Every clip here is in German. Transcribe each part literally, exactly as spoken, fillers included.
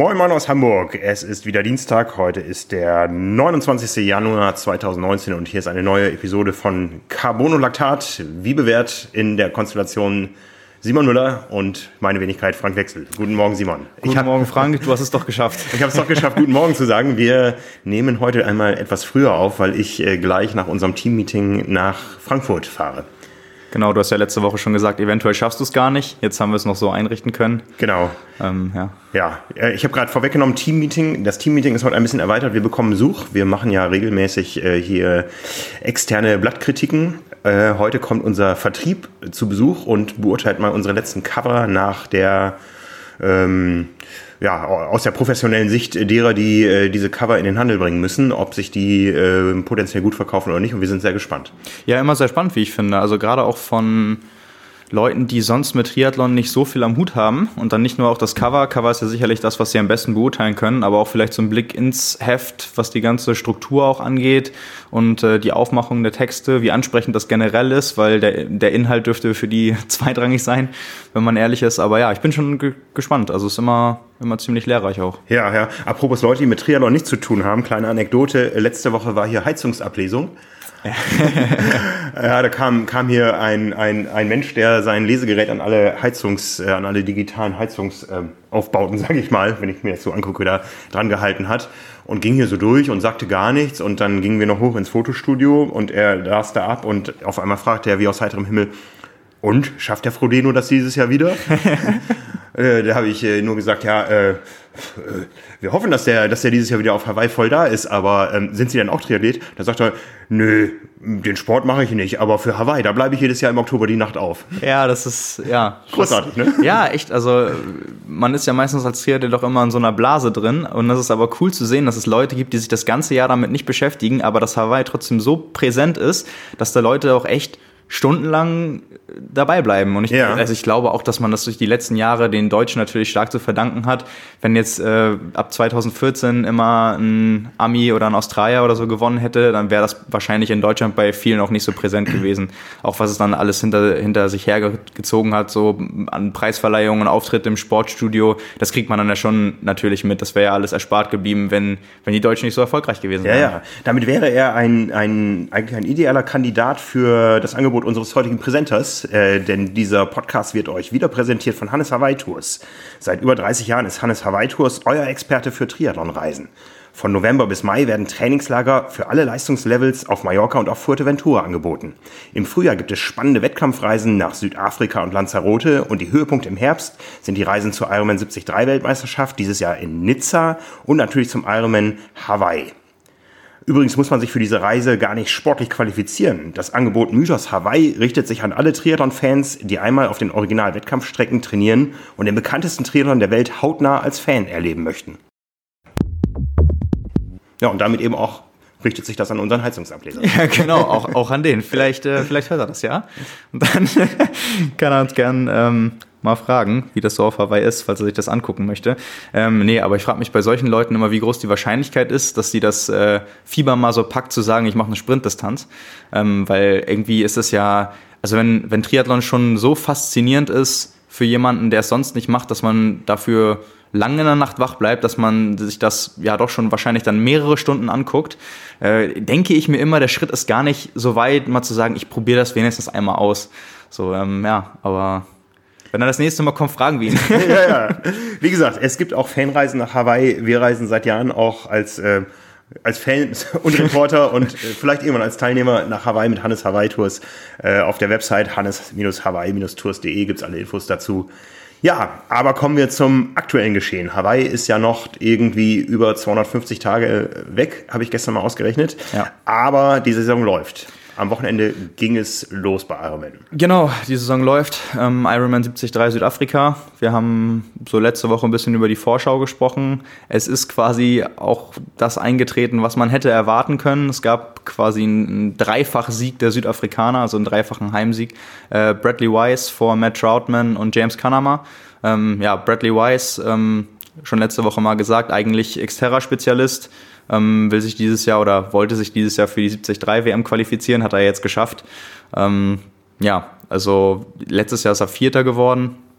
Moin Moin aus Hamburg. Es ist wieder Dienstag. Heute ist der neunundzwanzigster Januar zweitausendneunzehn und hier ist eine neue Episode von Carbonolactat. Wie bewährt in der Konstellation Simon Müller und meine Wenigkeit Frank Wechsel. Guten Morgen, Simon. Guten ich hab, Morgen, Frank. Du hast es doch geschafft. Ich habe es doch geschafft, guten Morgen zu sagen. Wir nehmen heute einmal etwas früher auf, weil ich äh, gleich nach unserem Teammeeting nach Frankfurt fahre. Genau, du hast ja letzte Woche schon gesagt, eventuell schaffst du es gar nicht. Jetzt haben wir es noch so einrichten können. Genau. Ähm, ja. Ja, ich habe gerade vorweggenommen, Teammeeting. Das Teammeeting ist heute ein bisschen erweitert. Wir bekommen Besuch. Wir machen ja regelmäßig äh, hier externe Blattkritiken. Äh, heute kommt unser Vertrieb zu Besuch und beurteilt mal unsere letzten Cover nach der, ähm, ja, aus der professionellen Sicht derer, die äh, diese Cover in den Handel bringen müssen, ob sich die äh, potenziell gut verkaufen oder nicht. Und wir sind sehr gespannt. Ja, immer sehr spannend, wie ich finde. Also gerade auch von Leuten, die sonst mit Triathlon nicht so viel am Hut haben und dann nicht nur auch das Cover. Cover ist ja sicherlich das, was sie am besten beurteilen können, aber auch vielleicht so ein Blick ins Heft, was die ganze Struktur auch angeht und äh, die Aufmachung der Texte, wie ansprechend das generell ist, weil der, der Inhalt dürfte für die zweitrangig sein, wenn man ehrlich ist. Aber ja, ich bin schon ge- gespannt. Also es ist immer, immer ziemlich lehrreich auch. Ja, ja. Apropos Leute, die mit Triathlon nichts zu tun haben, kleine Anekdote. Letzte Woche war hier Heizungsablesung. Ja, da kam, kam hier ein, ein, ein Mensch, der sein Lesegerät an alle Heizungs, äh, an alle digitalen Heizungsaufbauten, äh, sage ich mal, wenn ich mir das so angucke, da dran gehalten hat und ging hier so durch und sagte gar nichts und dann gingen wir noch hoch ins Fotostudio und er las da ab und auf einmal fragte er wie aus heiterem Himmel: Und, schafft der Frodeno das dieses Jahr wieder? äh, da habe ich äh, nur gesagt, ja, äh, äh, wir hoffen, dass der, dass der dieses Jahr wieder auf Hawaii voll da ist, aber ähm, sind Sie denn auch Triathlet? Da sagt er, nö, den Sport mache ich nicht, aber für Hawaii, da bleibe ich jedes Jahr im Oktober die Nacht auf. Ja, das ist, ja. Großartig, ne? Ja, echt, also man ist ja meistens als Triathlet doch immer in so einer Blase drin und das ist aber cool zu sehen, dass es Leute gibt, die sich das ganze Jahr damit nicht beschäftigen, aber dass Hawaii trotzdem so präsent ist, dass da Leute auch echt stundenlang dabei bleiben. Und ich, ja. also ich glaube auch, dass man das durch die letzten Jahre den Deutschen natürlich stark zu verdanken hat. Wenn jetzt äh, ab zweitausendvierzehn immer ein Ami oder ein Australier oder so gewonnen hätte, dann wäre das wahrscheinlich in Deutschland bei vielen auch nicht so präsent gewesen. Auch was es dann alles hinter, hinter sich hergezogen hat, so an Preisverleihungen, Auftritt im Sportstudio, das kriegt man dann ja schon natürlich mit. Das wäre ja alles erspart geblieben, wenn, wenn die Deutschen nicht so erfolgreich gewesen wären. Ja, ja. Damit wäre er ein, ein, eigentlich ein idealer Kandidat für das Angebot unseres heutigen Präsenters, äh, denn dieser Podcast wird euch wieder präsentiert von Hannes Hawaii Tours. Seit über dreißig Jahren ist Hannes Hawaii Tours euer Experte für Triathlonreisen. Von November bis Mai werden Trainingslager für alle Leistungslevels auf Mallorca und auf Fuerteventura angeboten. Im Frühjahr gibt es spannende Wettkampfreisen nach Südafrika und Lanzarote und die Höhepunkte im Herbst sind die Reisen zur Ironman siebzig drei Weltmeisterschaft, dieses Jahr in Nizza und natürlich zum Ironman Hawaii. Übrigens muss man sich für diese Reise gar nicht sportlich qualifizieren. Das Angebot Mythos Hawaii richtet sich an alle Triathlon-Fans, die einmal auf den Original-Wettkampfstrecken trainieren und den bekanntesten Triathlon der Welt hautnah als Fan erleben möchten. Ja, und damit eben auch richtet sich das an unseren Heizungsableser. Ja, genau, auch, auch an den. Vielleicht, äh, vielleicht hört er das, ja. Und dann kann er uns gern ähm, mal fragen, wie das so auf Hawaii ist, falls er sich das angucken möchte. Ähm, nee, aber ich frage mich bei solchen Leuten immer, wie groß die Wahrscheinlichkeit ist, dass sie das äh, Fieber mal so packt, zu sagen, ich mache eine Sprintdistanz. Ähm, weil irgendwie ist es ja, also wenn, wenn Triathlon schon so faszinierend ist für jemanden, der es sonst nicht macht, dass man dafür lange in der Nacht wach bleibt, dass man sich das ja doch schon wahrscheinlich dann mehrere Stunden anguckt, äh, denke ich mir immer, der Schritt ist gar nicht so weit, mal zu sagen, ich probiere das wenigstens einmal aus. So, ähm, ja, aber wenn er das nächste Mal kommt, fragen wir ihn. Ja, ja. Wie gesagt, es gibt auch Fanreisen nach Hawaii. Wir reisen seit Jahren auch als, äh, als Fans und Reporter und äh, vielleicht irgendwann als Teilnehmer nach Hawaii mit Hannes Hawaii Tours. Äh, auf der Website hannes Hawaii Tours punkt de gibt es alle Infos dazu. Ja, aber kommen wir zum aktuellen Geschehen. Hawaii ist ja noch irgendwie über zweihundertfünfzig Tage weg, habe ich gestern mal ausgerechnet. Ja. Aber die Saison läuft. Am Wochenende ging es los bei Ironman. Genau, die Saison läuft. Ähm, Ironman siebzig drei Südafrika. Wir haben so letzte Woche ein bisschen über die Vorschau gesprochen. Es ist quasi auch das eingetreten, was man hätte erwarten können. Es gab quasi einen Dreifach-Sieg der Südafrikaner, also einen dreifachen Heimsieg. Äh, Bradley Wise vor Matt Troutman und James Cunnama. Ähm, ja, Bradley Wise, ähm, schon letzte Woche mal gesagt, eigentlich Xterra-Spezialist. Ähm, will sich dieses Jahr oder wollte sich dieses Jahr für die siebzig drei W M qualifizieren, hat er jetzt geschafft. Ähm, ja, also letztes Jahr ist er Vierter geworden.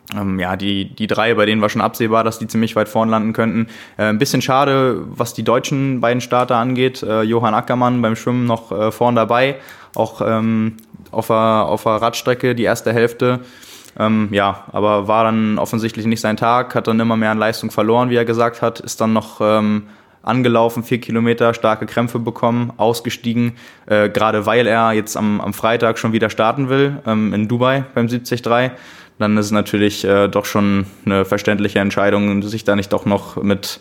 Ähm, ja, die, die drei, bei denen war schon absehbar, dass die ziemlich weit vorn landen könnten. Äh, ein bisschen schade, was die deutschen beiden Starter angeht. Äh, Johann Ackermann beim Schwimmen noch äh, vorn dabei, auch ähm, auf der, auf der Radstrecke die erste Hälfte. Ähm, ja, aber war dann offensichtlich nicht sein Tag, hat dann immer mehr an Leistung verloren, wie er gesagt hat, ist dann noch ähm, angelaufen, vier Kilometer, starke Krämpfe bekommen, ausgestiegen, äh, gerade weil er jetzt am, am Freitag schon wieder starten will, ähm, in Dubai beim siebzig drei. Dann ist es natürlich äh, doch schon eine verständliche Entscheidung, sich da nicht doch noch mit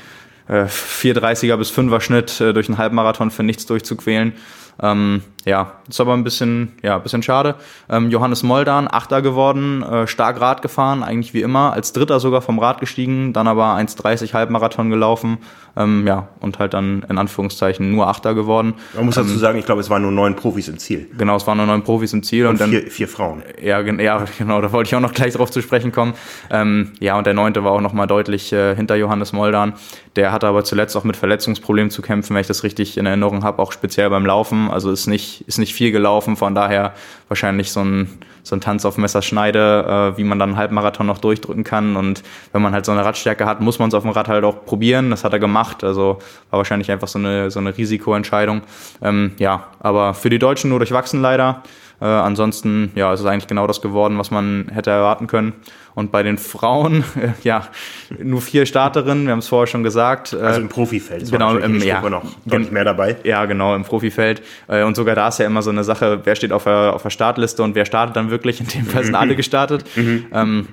äh, vier dreißiger bis fünfer Schnitt äh, durch einen Halbmarathon für nichts durchzuquälen. Ähm, ja, ist aber ein bisschen, ja, ein bisschen schade. Ähm, Johannes Moldan, Achter geworden, äh, stark Rad gefahren, eigentlich wie immer, als Dritter sogar vom Rad gestiegen, dann aber eins dreißig Halbmarathon gelaufen, ähm, ja, und halt dann in Anführungszeichen nur Achter geworden. Man muss dazu sagen, ich glaube, es waren nur neun Profis im Ziel. Genau, es waren nur neun Profis im Ziel. Und, und dann vier, vier Frauen. Ja, ja, genau, da wollte ich auch noch gleich drauf zu sprechen kommen. Ähm, ja, und der Neunte war auch nochmal deutlich äh, hinter Johannes Moldan. Der hatte aber zuletzt auch mit Verletzungsproblemen zu kämpfen, wenn ich das richtig in Erinnerung habe, auch speziell beim Laufen. Also ist nicht, ist nicht viel gelaufen, von daher wahrscheinlich so ein, so ein Tanz auf Messerschneide, äh, wie man dann einen Halbmarathon noch durchdrücken kann. Und wenn man halt so eine Radstärke hat, muss man es auf dem Rad halt auch probieren. Das hat er gemacht, also war wahrscheinlich einfach so eine, so eine Risikoentscheidung. Ähm, ja, aber für die Deutschen nur durchwachsen leider. Äh, ansonsten, ja, es ist eigentlich genau das geworden, was man hätte erwarten können. Und bei den Frauen, äh, ja, nur vier Starterinnen, wir haben es vorher schon gesagt. Äh, also im Profifeld, genau, im, ja, noch deutlich mehr dabei. Ja, genau, im Profifeld. Äh, und sogar da ist ja immer so eine Sache, wer steht auf der, auf der Startliste und wer startet dann wirklich. In dem Fall sind alle gestartet. Mhm. Ähm,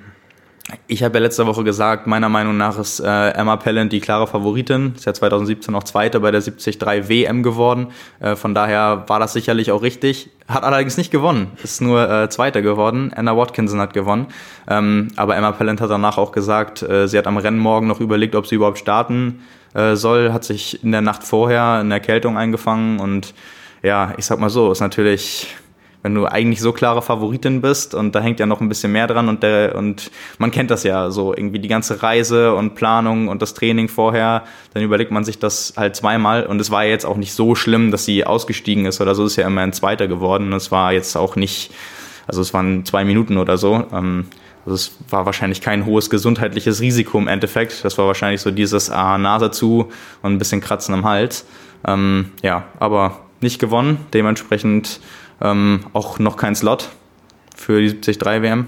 Ich habe ja letzte Woche gesagt, meiner Meinung nach ist äh, Emma Pellant die klare Favoritin. Ist ja zwanzig siebzehn auch Zweite bei der siebzig drei W M geworden. Äh, von daher war das sicherlich auch richtig. Hat allerdings nicht gewonnen. Ist nur äh, Zweiter geworden. Anna Watkinson hat gewonnen. Ähm, aber Emma Pellant hat danach auch gesagt, äh, sie hat am Rennmorgen noch überlegt, ob sie überhaupt starten äh, soll. Hat sich in der Nacht vorher eine Erkältung eingefangen. Und ja, ich sag mal so, ist natürlich... Wenn du eigentlich so klare Favoritin bist und da hängt ja noch ein bisschen mehr dran und der, und man kennt das ja so irgendwie die ganze Reise und Planung und das Training vorher, dann überlegt man sich das halt zweimal und es war jetzt auch nicht so schlimm, dass sie ausgestiegen ist oder so, ist ja immer ein Zweiter geworden. Es war jetzt auch nicht, also es waren zwei Minuten oder so. Also es war wahrscheinlich kein hohes gesundheitliches Risiko im Endeffekt. Das war wahrscheinlich so dieses ah, Nase zu und ein bisschen Kratzen am Hals. Ähm, ja, aber nicht gewonnen, dementsprechend Ähm, auch noch kein Slot für die siebzig drei W M.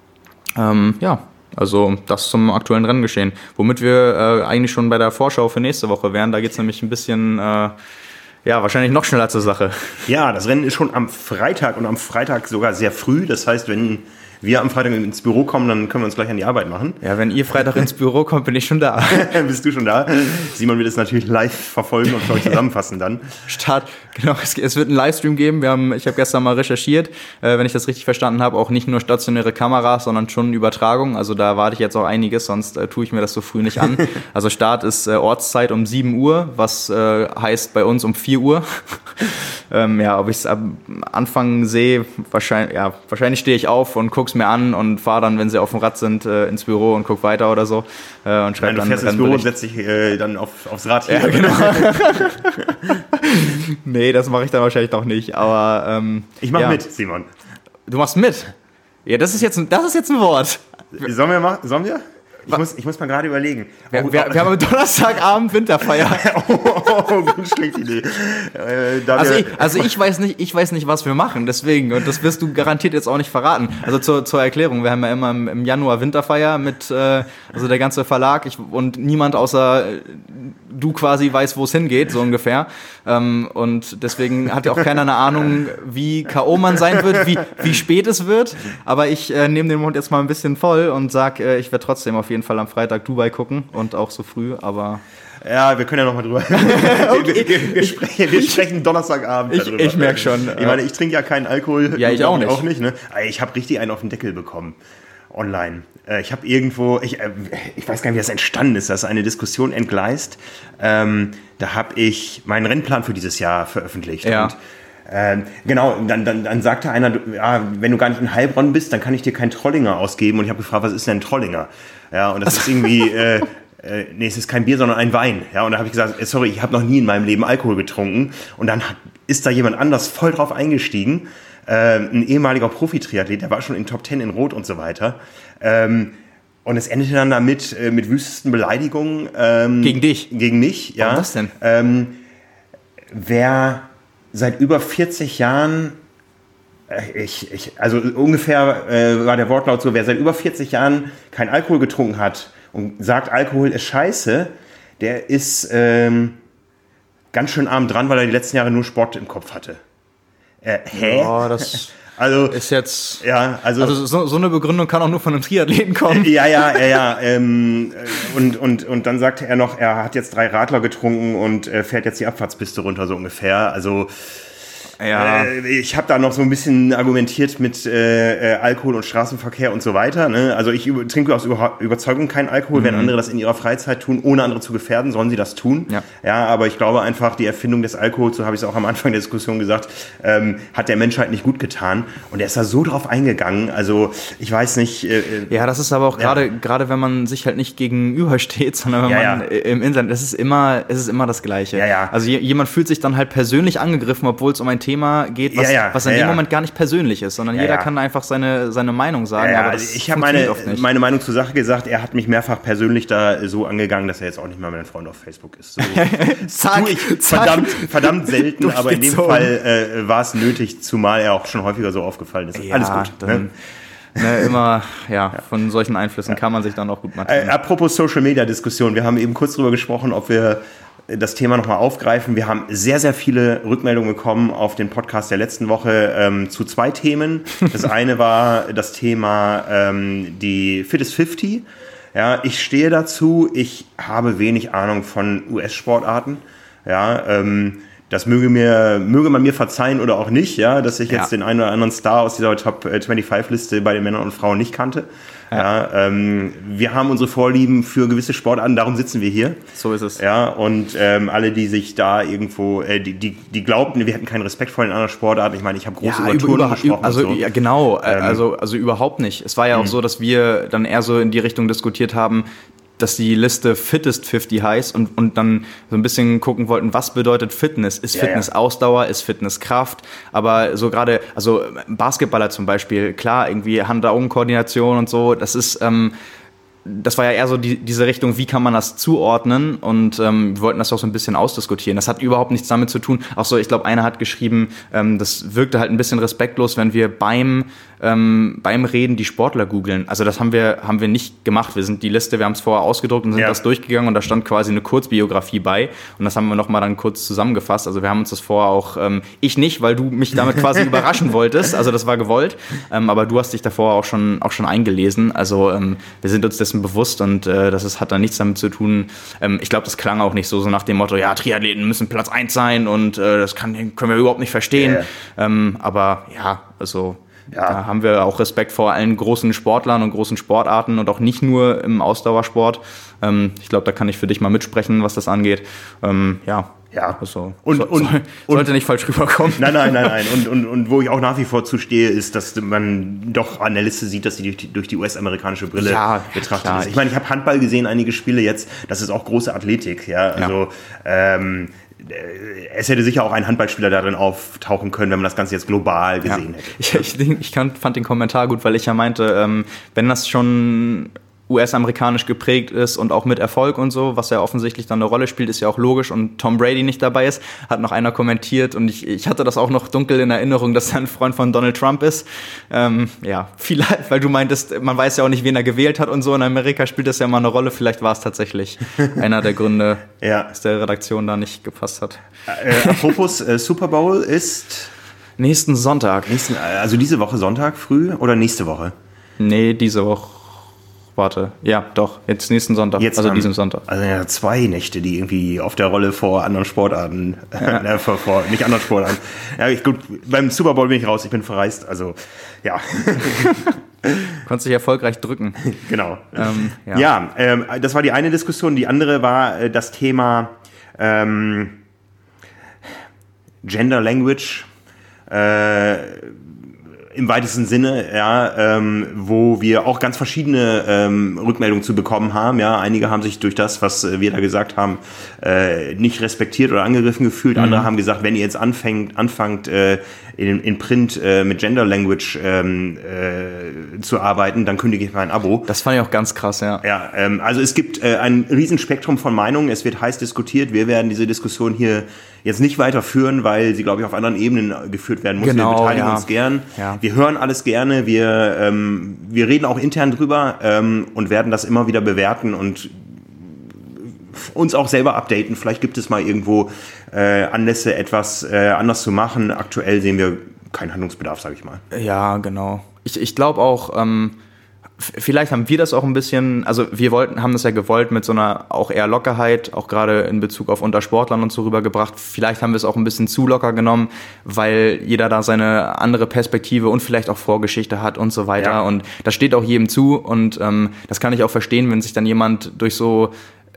Ähm, ja, also das zum aktuellen Renngeschehen. Womit wir äh, eigentlich schon bei der Vorschau für nächste Woche wären. Da geht es nämlich ein bisschen, äh, ja, wahrscheinlich noch schneller zur Sache. Ja, das Rennen ist schon am Freitag und am Freitag sogar sehr früh. Das heißt, wenn wir am Freitag ins Büro kommen, dann können wir uns gleich an die Arbeit machen. Ja, wenn ihr Freitag ins Büro kommt, bin ich schon da. Bist du schon da? Simon wird es natürlich live verfolgen und für euch zusammenfassen dann. Start, genau, es, es wird einen Livestream geben. Wir haben, ich habe gestern mal recherchiert, äh, wenn ich das richtig verstanden habe, auch nicht nur stationäre Kameras, sondern schon Übertragung. Also da warte ich jetzt auch einiges, sonst äh, tue ich mir das so früh nicht an. Also Start ist äh, Ortszeit um sieben Uhr, was äh, heißt bei uns um vier Uhr. ähm, ja, ob ich es am Anfang sehe, wahrscheinlich, ja, wahrscheinlich stehe ich auf und gucke mir an und fahre dann, wenn sie auf dem Rad sind, äh, ins Büro und guck weiter oder so äh, und schreibe dann. Du fährst ins Büro und setzt dich äh, dann auf, aufs Rad hier. Ja, genau. Nee, das mache ich dann wahrscheinlich noch nicht, aber ähm, ich mache ja. mit, Simon. Du machst mit? Ja, das ist jetzt ein, das ist jetzt ein Wort. Sollen wir machen? Sollen wir? Ich muss, ich muss mal gerade überlegen. Wir, wir, wir haben am Donnerstagabend Winterfeier. oh, oh, oh, ganz schlechte Idee. Äh, also, ich, also ich weiß nicht, ich weiß nicht, was wir machen, deswegen. Und das wirst du garantiert jetzt auch nicht verraten. Also zur, zur Erklärung, wir haben ja immer im, im Januar Winterfeier mit, äh, also der ganze Verlag ich, und niemand außer du quasi weiß, wo es hingeht, so ungefähr. Ähm, und deswegen hat ja auch keiner eine Ahnung, wie K O man sein wird, wie, wie spät es wird. Aber ich äh, nehme den Mund jetzt mal ein bisschen voll und sag, äh, ich werde trotzdem auf jeden Fall am Freitag Dubai gucken und auch so früh, aber... Ja, wir können ja noch mal drüber. Okay. wir, wir, wir, sprechen, wir sprechen Donnerstagabend ich, darüber. Ich merke schon. Ich meine, ich trinke ja keinen Alkohol. Ja, ich auch nicht. Auch nicht ne? Ich habe richtig einen auf den Deckel bekommen. Online. Ich habe irgendwo, ich, ich weiß gar nicht, wie das entstanden ist, da ist eine Diskussion entgleist. Ähm, da habe ich meinen Rennplan für dieses Jahr veröffentlicht. Ja. Und Ähm, genau, dann, dann, dann sagte einer, ja, wenn du gar nicht in Heilbronn bist, dann kann ich dir keinen Trollinger ausgeben. Und ich habe gefragt, was ist denn ein Trollinger? Ja, und das ist irgendwie, äh, äh, nee, es ist kein Bier, sondern ein Wein. Ja, und da habe ich gesagt, sorry, ich habe noch nie in meinem Leben Alkohol getrunken. Und dann hat ist da jemand anders voll drauf eingestiegen. Äh, ein ehemaliger Profi-Triathlet, der war schon in Top Ten in Rot und so weiter. Ähm, und es endete dann damit äh, mit wüstesten Beleidigungen. Ähm, gegen dich? Gegen mich, ja. Warum das denn? Ähm, wer seit über vierzig Jahren, äh, ich, ich, also ungefähr äh, war der Wortlaut so, wer seit über vierzig Jahren kein Alkohol getrunken hat und sagt, Alkohol ist scheiße, der ist ähm, ganz schön arm dran, weil er die letzten Jahre nur Sport im Kopf hatte. Äh, hä? Ja, das also, ist jetzt. Ja, also. Also so, so eine Begründung kann auch nur von einem Triathleten kommen. Äh, ja, ja, ja, ja. Ähm, und, und, und dann sagte er noch, er hat jetzt drei Radler getrunken und äh, fährt jetzt die Abfahrtspiste runter, so ungefähr. Also. Ja. Äh, ich habe da noch so ein bisschen argumentiert mit äh, Alkohol und Straßenverkehr und so weiter. Ne? Also ich über, trinke aus über, Überzeugung keinen Alkohol. Mhm. Wenn andere das in ihrer Freizeit tun, ohne andere zu gefährden, sollen sie das tun. Ja, ja, aber ich glaube einfach, die Erfindung des Alkohols, so habe ich es auch am Anfang der Diskussion gesagt, ähm, hat der Menschheit nicht gut getan. Und er ist da so drauf eingegangen. Also ich weiß nicht. Äh, ja, das ist aber auch gerade, ja. gerade wenn man sich halt nicht gegenübersteht, sondern wenn ja, man ja. im Internet, das ist immer, es ist immer das Gleiche. Ja, ja. Also jemand fühlt sich dann halt persönlich angegriffen, obwohl es um ein Thema geht, was, ja, ja, was in ja, dem ja. Moment gar nicht persönlich ist, sondern ja, jeder ja. kann einfach seine, seine Meinung sagen. Ja, ja. Aber das ich habe meine, meine Meinung zur Sache gesagt, er hat mich mehrfach persönlich da so angegangen, dass er jetzt auch nicht mal mein Freund auf Facebook ist. So, zack, ich zack. Verdammt, verdammt selten, aber in dem Fall äh, war es nötig, zumal er auch schon häufiger so aufgefallen ist. Ja, alles gut. Dann, ne? Ne, immer, ja, ja, von solchen Einflüssen ja. kann man sich dann auch gut markieren. Äh, apropos Social-Media-Diskussion, wir haben eben kurz drüber gesprochen, ob wir das Thema nochmal aufgreifen. Wir haben sehr, sehr viele Rückmeldungen bekommen auf den Podcast der letzten Woche ähm, zu zwei Themen. Das eine war das Thema ähm, die Fittest fünfzig. Ja, ich stehe dazu. Ich habe wenig Ahnung von U S-Sportarten. Ja, ähm, das möge mir, möge man mir verzeihen oder auch nicht, ja, dass ich jetzt ja. den einen oder anderen Star aus dieser Top fünfundzwanzig-Liste bei den Männern und Frauen nicht kannte. Ja. Ja, ähm, wir haben unsere Vorlieben für gewisse Sportarten, darum sitzen wir hier. So ist es. Ja, und ähm, alle, die sich da irgendwo, äh, die, die, die glaubten, wir hätten keinen Respekt vor den anderen Sportarten. Ich meine, ich habe groß ja, über Turnen gesprochen. Also, und so. ja, genau, ähm, also, also überhaupt nicht. Es war ja auch mh. so, dass wir dann eher so in die Richtung diskutiert haben, dass die Liste Fittest fünfzig heißt und, und dann so ein bisschen gucken wollten, was bedeutet Fitness? Ist ja, Fitness ja. Ausdauer? Ist Fitness Kraft? Aber so gerade, also Basketballer zum Beispiel, klar, irgendwie Hand-Augen-Koordination und so, das ist, ähm, das war ja eher so die, diese Richtung, wie kann man das zuordnen? Und ähm, wir wollten das auch so ein bisschen ausdiskutieren. Das hat überhaupt nichts damit zu tun. Auch so, ich glaube, einer hat geschrieben, ähm, das wirkte halt ein bisschen respektlos, wenn wir beim ähm, beim Reden die Sportler googeln. Also das haben wir haben wir nicht gemacht. Wir sind die Liste, wir haben es vorher ausgedruckt und sind ja. das durchgegangen und da stand quasi eine Kurzbiografie bei und das haben wir nochmal dann kurz zusammengefasst. Also wir haben uns das vorher auch, ähm, ich nicht, weil du mich damit quasi überraschen wolltest. Also das war gewollt, ähm, aber du hast dich davor auch schon auch schon eingelesen. Also ähm, wir sind uns dessen bewusst und äh, das ist, hat dann nichts damit zu tun. Ähm, ich glaube, das klang auch nicht so, so nach dem Motto, ja, Triathleten müssen Platz eins sein und äh, das kann, können wir überhaupt nicht verstehen. Yeah. Ähm, aber ja, also ja. da haben wir auch Respekt vor allen großen Sportlern und großen Sportarten und auch nicht nur im Ausdauersport. Ähm, ich glaube, da kann ich für dich mal mitsprechen, was das angeht. Ähm, ja. Ja, also, und, so, und, soll, sollte nicht falsch rüberkommen. Nein, nein, nein, nein. Und, und, und wo ich auch nach wie vor zustehe, ist, dass man doch an der Liste sieht, dass sie durch die, durch die U S-amerikanische Brille ja, betrachtet klar. ist. Ich meine, ich habe Handball gesehen, einige Spiele jetzt. Das ist auch große Athletik. Ja, also ja. Ähm, es hätte sicher auch ein Handballspieler darin auftauchen können, wenn man das Ganze jetzt global gesehen ja. hätte. Ich, ich, ich kann, fand den Kommentar gut, weil ich ja meinte, ähm, wenn das schon U S-amerikanisch geprägt ist und auch mit Erfolg und so, was ja offensichtlich dann eine Rolle spielt, ist ja auch logisch und Tom Brady nicht dabei ist, hat noch einer kommentiert und ich, ich hatte das auch noch dunkel in Erinnerung, dass er ein Freund von Donald Trump ist. Ähm, ja, vielleicht, weil du meintest, man weiß ja auch nicht, wen er gewählt hat und so, in Amerika spielt das ja mal eine Rolle, vielleicht war es tatsächlich einer der Gründe, ja. dass der Redaktion da nicht gepasst hat. Äh, apropos äh, Super Bowl ist... Nächsten Sonntag. Nächsten, also diese Woche Sonntag früh oder nächste Woche? Nee, diese Woche. Warte, ja, doch, jetzt nächsten Sonntag, jetzt also am, diesen Sonntag. Also ja, zwei Nächte, die irgendwie auf der Rolle vor anderen Sportarten, ja. äh, vor, vor, nicht anderen Sportarten. Ja, ich, gut, beim Super Bowl bin ich raus, ich bin verreist, also ja. Konntest dich erfolgreich drücken. Genau. Ähm, ja, ja ähm, das war die eine Diskussion. Die andere war äh, das Thema ähm, Gender Language. Äh, im weitesten Sinne, ja, ähm, wo wir auch ganz verschiedene ähm, Rückmeldungen zu bekommen haben. Ja, einige haben sich durch das, was wir da gesagt haben, äh, nicht respektiert oder angegriffen gefühlt. Mhm. Andere haben gesagt, wenn ihr jetzt anfängt, anfangt äh, in, in Print äh, mit Gender Language ähm, äh, zu arbeiten, dann kündige ich mein Abo. Das fand ich auch ganz krass, ja. Ja, ähm, also es gibt äh, ein Riesenspektrum von Meinungen. Es wird heiß diskutiert. Wir werden diese Diskussion hier jetzt nicht weiterführen, weil sie, glaube ich, auf anderen Ebenen geführt werden muss. Genau, wir beteiligen ja. uns gern. Ja. Wir hören alles gerne. Wir, ähm, wir reden auch intern drüber ähm, und werden das immer wieder bewerten und uns auch selber updaten. Vielleicht gibt es mal irgendwo äh, Anlässe, etwas äh, anders zu machen. Aktuell sehen wir keinen Handlungsbedarf, sage ich mal. Ja, genau. Ich, ich glaube auch, ähm, vielleicht haben wir das auch ein bisschen, also wir wollten, haben das ja gewollt mit so einer auch eher Lockerheit, auch gerade in Bezug auf Untersportlern und so rübergebracht. Vielleicht haben wir es auch ein bisschen zu locker genommen, weil jeder da seine andere Perspektive und vielleicht auch Vorgeschichte hat und so weiter. Ja. Und das steht auch jedem zu und ähm, das kann ich auch verstehen, wenn sich dann jemand durch so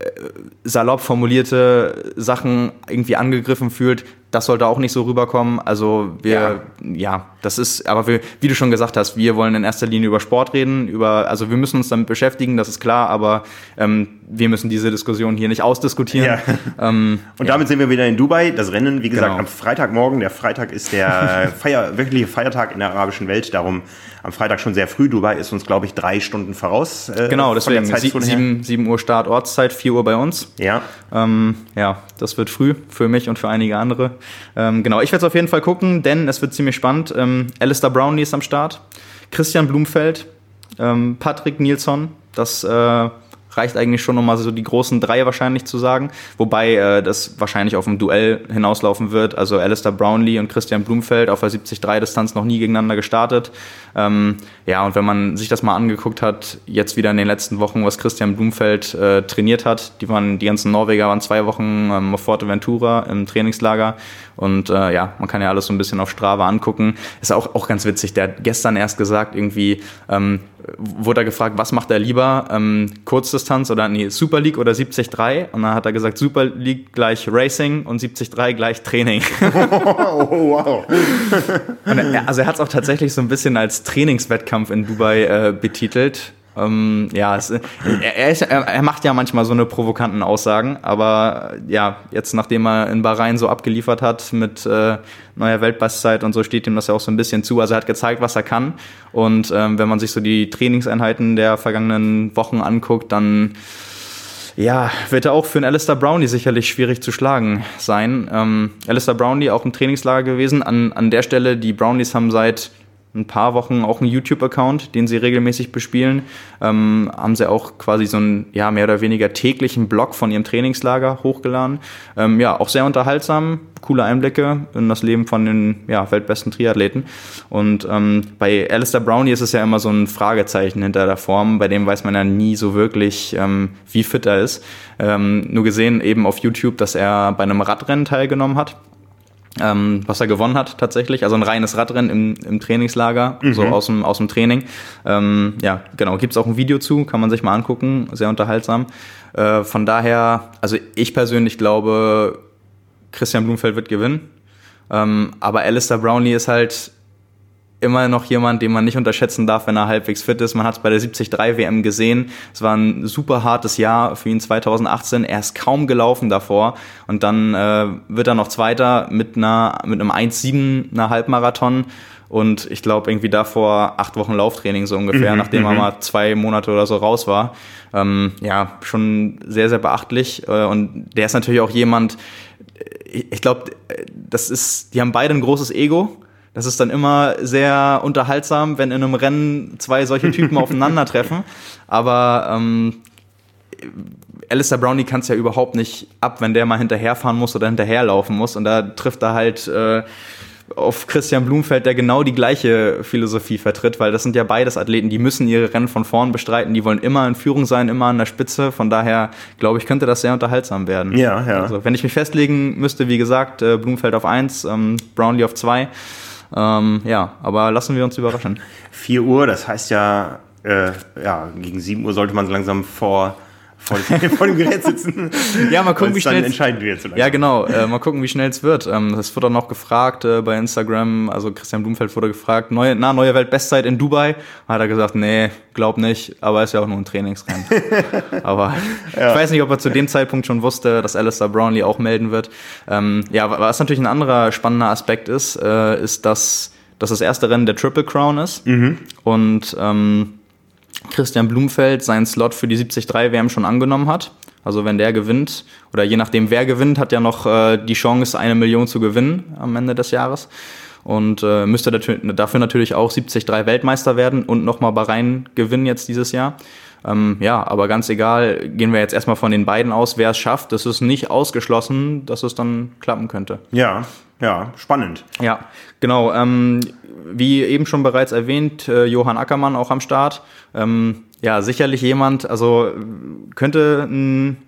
salopp formulierte Sachen irgendwie angegriffen fühlt, das sollte auch nicht so rüberkommen. Also wir, ja, ja das ist, aber wir, wie du schon gesagt hast, wir wollen in erster Linie über Sport reden, über, also wir müssen uns damit beschäftigen, das ist klar, aber ähm, wir müssen diese Diskussion hier nicht ausdiskutieren. Ja. Ähm, Und damit ja. sind wir wieder in Dubai. Das Rennen, wie gesagt, genau. am Freitagmorgen. Der Freitag ist der Feier, wöchentliche Feiertag in der arabischen Welt. Darum am Freitag schon sehr früh. Dubai ist uns, glaube ich, drei Stunden voraus. Äh, genau, deswegen sieben, sieben Uhr Start Ortszeit, vier Uhr bei uns. Ja. Ähm, ja, das wird früh für mich und für einige andere. Ähm, genau, ich werde es auf jeden Fall gucken, denn es wird ziemlich spannend. Ähm, Alistair Brownlee ist am Start, Christian Blumfeld, ähm, Patrick Nilsson, das äh, reicht eigentlich schon, um mal so die großen drei wahrscheinlich zu sagen, wobei äh, das wahrscheinlich auf ein Duell hinauslaufen wird, also Alistair Brownlee und Christian Blumfeld auf der siebzig drei Distanz noch nie gegeneinander gestartet. Ähm, ja, und wenn man sich das mal angeguckt hat, jetzt wieder in den letzten Wochen, was Christian Blumfeld äh, trainiert hat, die waren, die ganzen Norweger waren zwei Wochen ähm, auf Forteventura im Trainingslager und äh, ja, man kann ja alles so ein bisschen auf Strava angucken. Ist auch, auch ganz witzig, der hat gestern erst gesagt, irgendwie ähm, wurde er gefragt, was macht er lieber, ähm, Kurzdistanz oder nee, Super League oder siebzig drei? Und dann hat er gesagt, Super League gleich Racing und siebzig drei gleich Training. Oh, wow. Und er, also er hat es auch tatsächlich so ein bisschen als Trainingswettkampf in Dubai äh, betitelt. Ähm, ja, es, er, er, ist, er, er macht ja manchmal so eine provokanten Aussagen, aber ja, jetzt nachdem er in Bahrain so abgeliefert hat mit äh, neuer Weltbestzeit und so, steht ihm das ja auch so ein bisschen zu. Also er hat gezeigt, was er kann und ähm, wenn man sich so die Trainingseinheiten der vergangenen Wochen anguckt, dann ja, wird er auch für einen Alistair Brownlee sicherlich schwierig zu schlagen sein. Ähm, Alistair Brownlee auch im Trainingslager gewesen. An, an der Stelle, die Brownies haben seit ein paar Wochen auch einen YouTube-Account, den sie regelmäßig bespielen. Ähm, haben sie auch quasi so einen, ja, mehr oder weniger täglichen Blog von ihrem Trainingslager hochgeladen. Ähm, ja, auch sehr unterhaltsam, coole Einblicke in das Leben von den, ja, weltbesten Triathleten. Und ähm, bei Alistair Brownlee ist es ja immer so ein Fragezeichen hinter der Form, bei dem weiß man ja nie so wirklich, ähm, wie fit er ist. Ähm, nur gesehen eben auf YouTube, dass er bei einem Radrennen teilgenommen hat. Ähm, was er gewonnen hat tatsächlich, also ein reines Radrennen im, im Trainingslager, mhm. so aus dem, aus dem Training. Ähm, ja, genau, gibt's auch ein Video zu, kann man sich mal angucken, sehr unterhaltsam. Äh, von daher, also ich persönlich glaube, Christian Blumfeld wird gewinnen, ähm, aber Alistair Brownlee ist halt immer noch jemand, den man nicht unterschätzen darf, wenn er halbwegs fit ist. Man hat es bei der siebzig drei W M gesehen. Es war ein super hartes Jahr für ihn zwanzig achtzehn. Er ist kaum gelaufen davor. Und dann äh, wird er noch Zweiter mit einer mit einem eins sieben, einer Halbmarathon. Und ich glaube, irgendwie davor acht Wochen Lauftraining so ungefähr, mhm, nachdem er mal zwei Monate oder so raus war. Ähm, ja, schon sehr, sehr beachtlich. Äh, und der ist natürlich auch jemand, ich, ich glaube, das ist, die haben beide ein großes Ego. Das ist dann immer sehr unterhaltsam, wenn in einem Rennen zwei solche Typen aufeinandertreffen. Aber ähm, Alistair Brownlee kann es ja überhaupt nicht ab, wenn der mal hinterherfahren muss oder hinterherlaufen muss. Und da trifft er halt äh, auf Christian Blumfeld, der genau die gleiche Philosophie vertritt, weil das sind ja beides Athleten, die müssen ihre Rennen von vorn bestreiten, die wollen immer in Führung sein, immer an der Spitze. Von daher, glaube ich, könnte das sehr unterhaltsam werden. Ja, ja. Also, wenn ich mich festlegen müsste, wie gesagt, äh, Blumfeld auf eins, ähm, Brownlee auf zwei. Ähm, ja, aber lassen wir uns überraschen. vier Uhr, das heißt ja, äh, ja, gegen sieben Uhr sollte man so langsam vor vor, vor dem Gerät sitzen. Ja, mal gucken, wie schnell entscheiden wir jetzt so Ja, genau. Äh, mal gucken, wie schnell es wird. Ähm, das wurde auch noch gefragt äh, bei Instagram. Also Christian Blumfeld wurde gefragt, neue, na, neue Weltbestzeit in Dubai. Hat er gesagt, nee, glaub nicht. Aber ist ja auch nur ein Trainingsrennen. Aber ja. Ich weiß nicht, ob er zu dem Zeitpunkt schon wusste, dass Alistair Brownlee auch melden wird. Ähm, ja, was natürlich ein anderer spannender Aspekt ist, äh, ist, dass, dass das erste Rennen der Triple Crown ist. Mhm. Und ähm, Christian Blumfeld seinen Slot für die siebzig drei W M schon angenommen hat. Also wenn der gewinnt, oder je nachdem wer gewinnt, hat ja noch äh, die Chance, eine Million zu gewinnen am Ende des Jahres. Und äh, müsste dafür natürlich auch siebzig drei Weltmeister werden und nochmal Bahrain gewinnen jetzt dieses Jahr. Ähm, ja, aber ganz egal, gehen wir jetzt erstmal von den beiden aus, wer es schafft. Das ist nicht ausgeschlossen, dass es dann klappen könnte. Ja, ja, spannend. Ja, genau. Ähm, wie eben schon bereits erwähnt, äh, Johann Ackermann auch am Start. Ähm, ja, sicherlich jemand, also könnte ein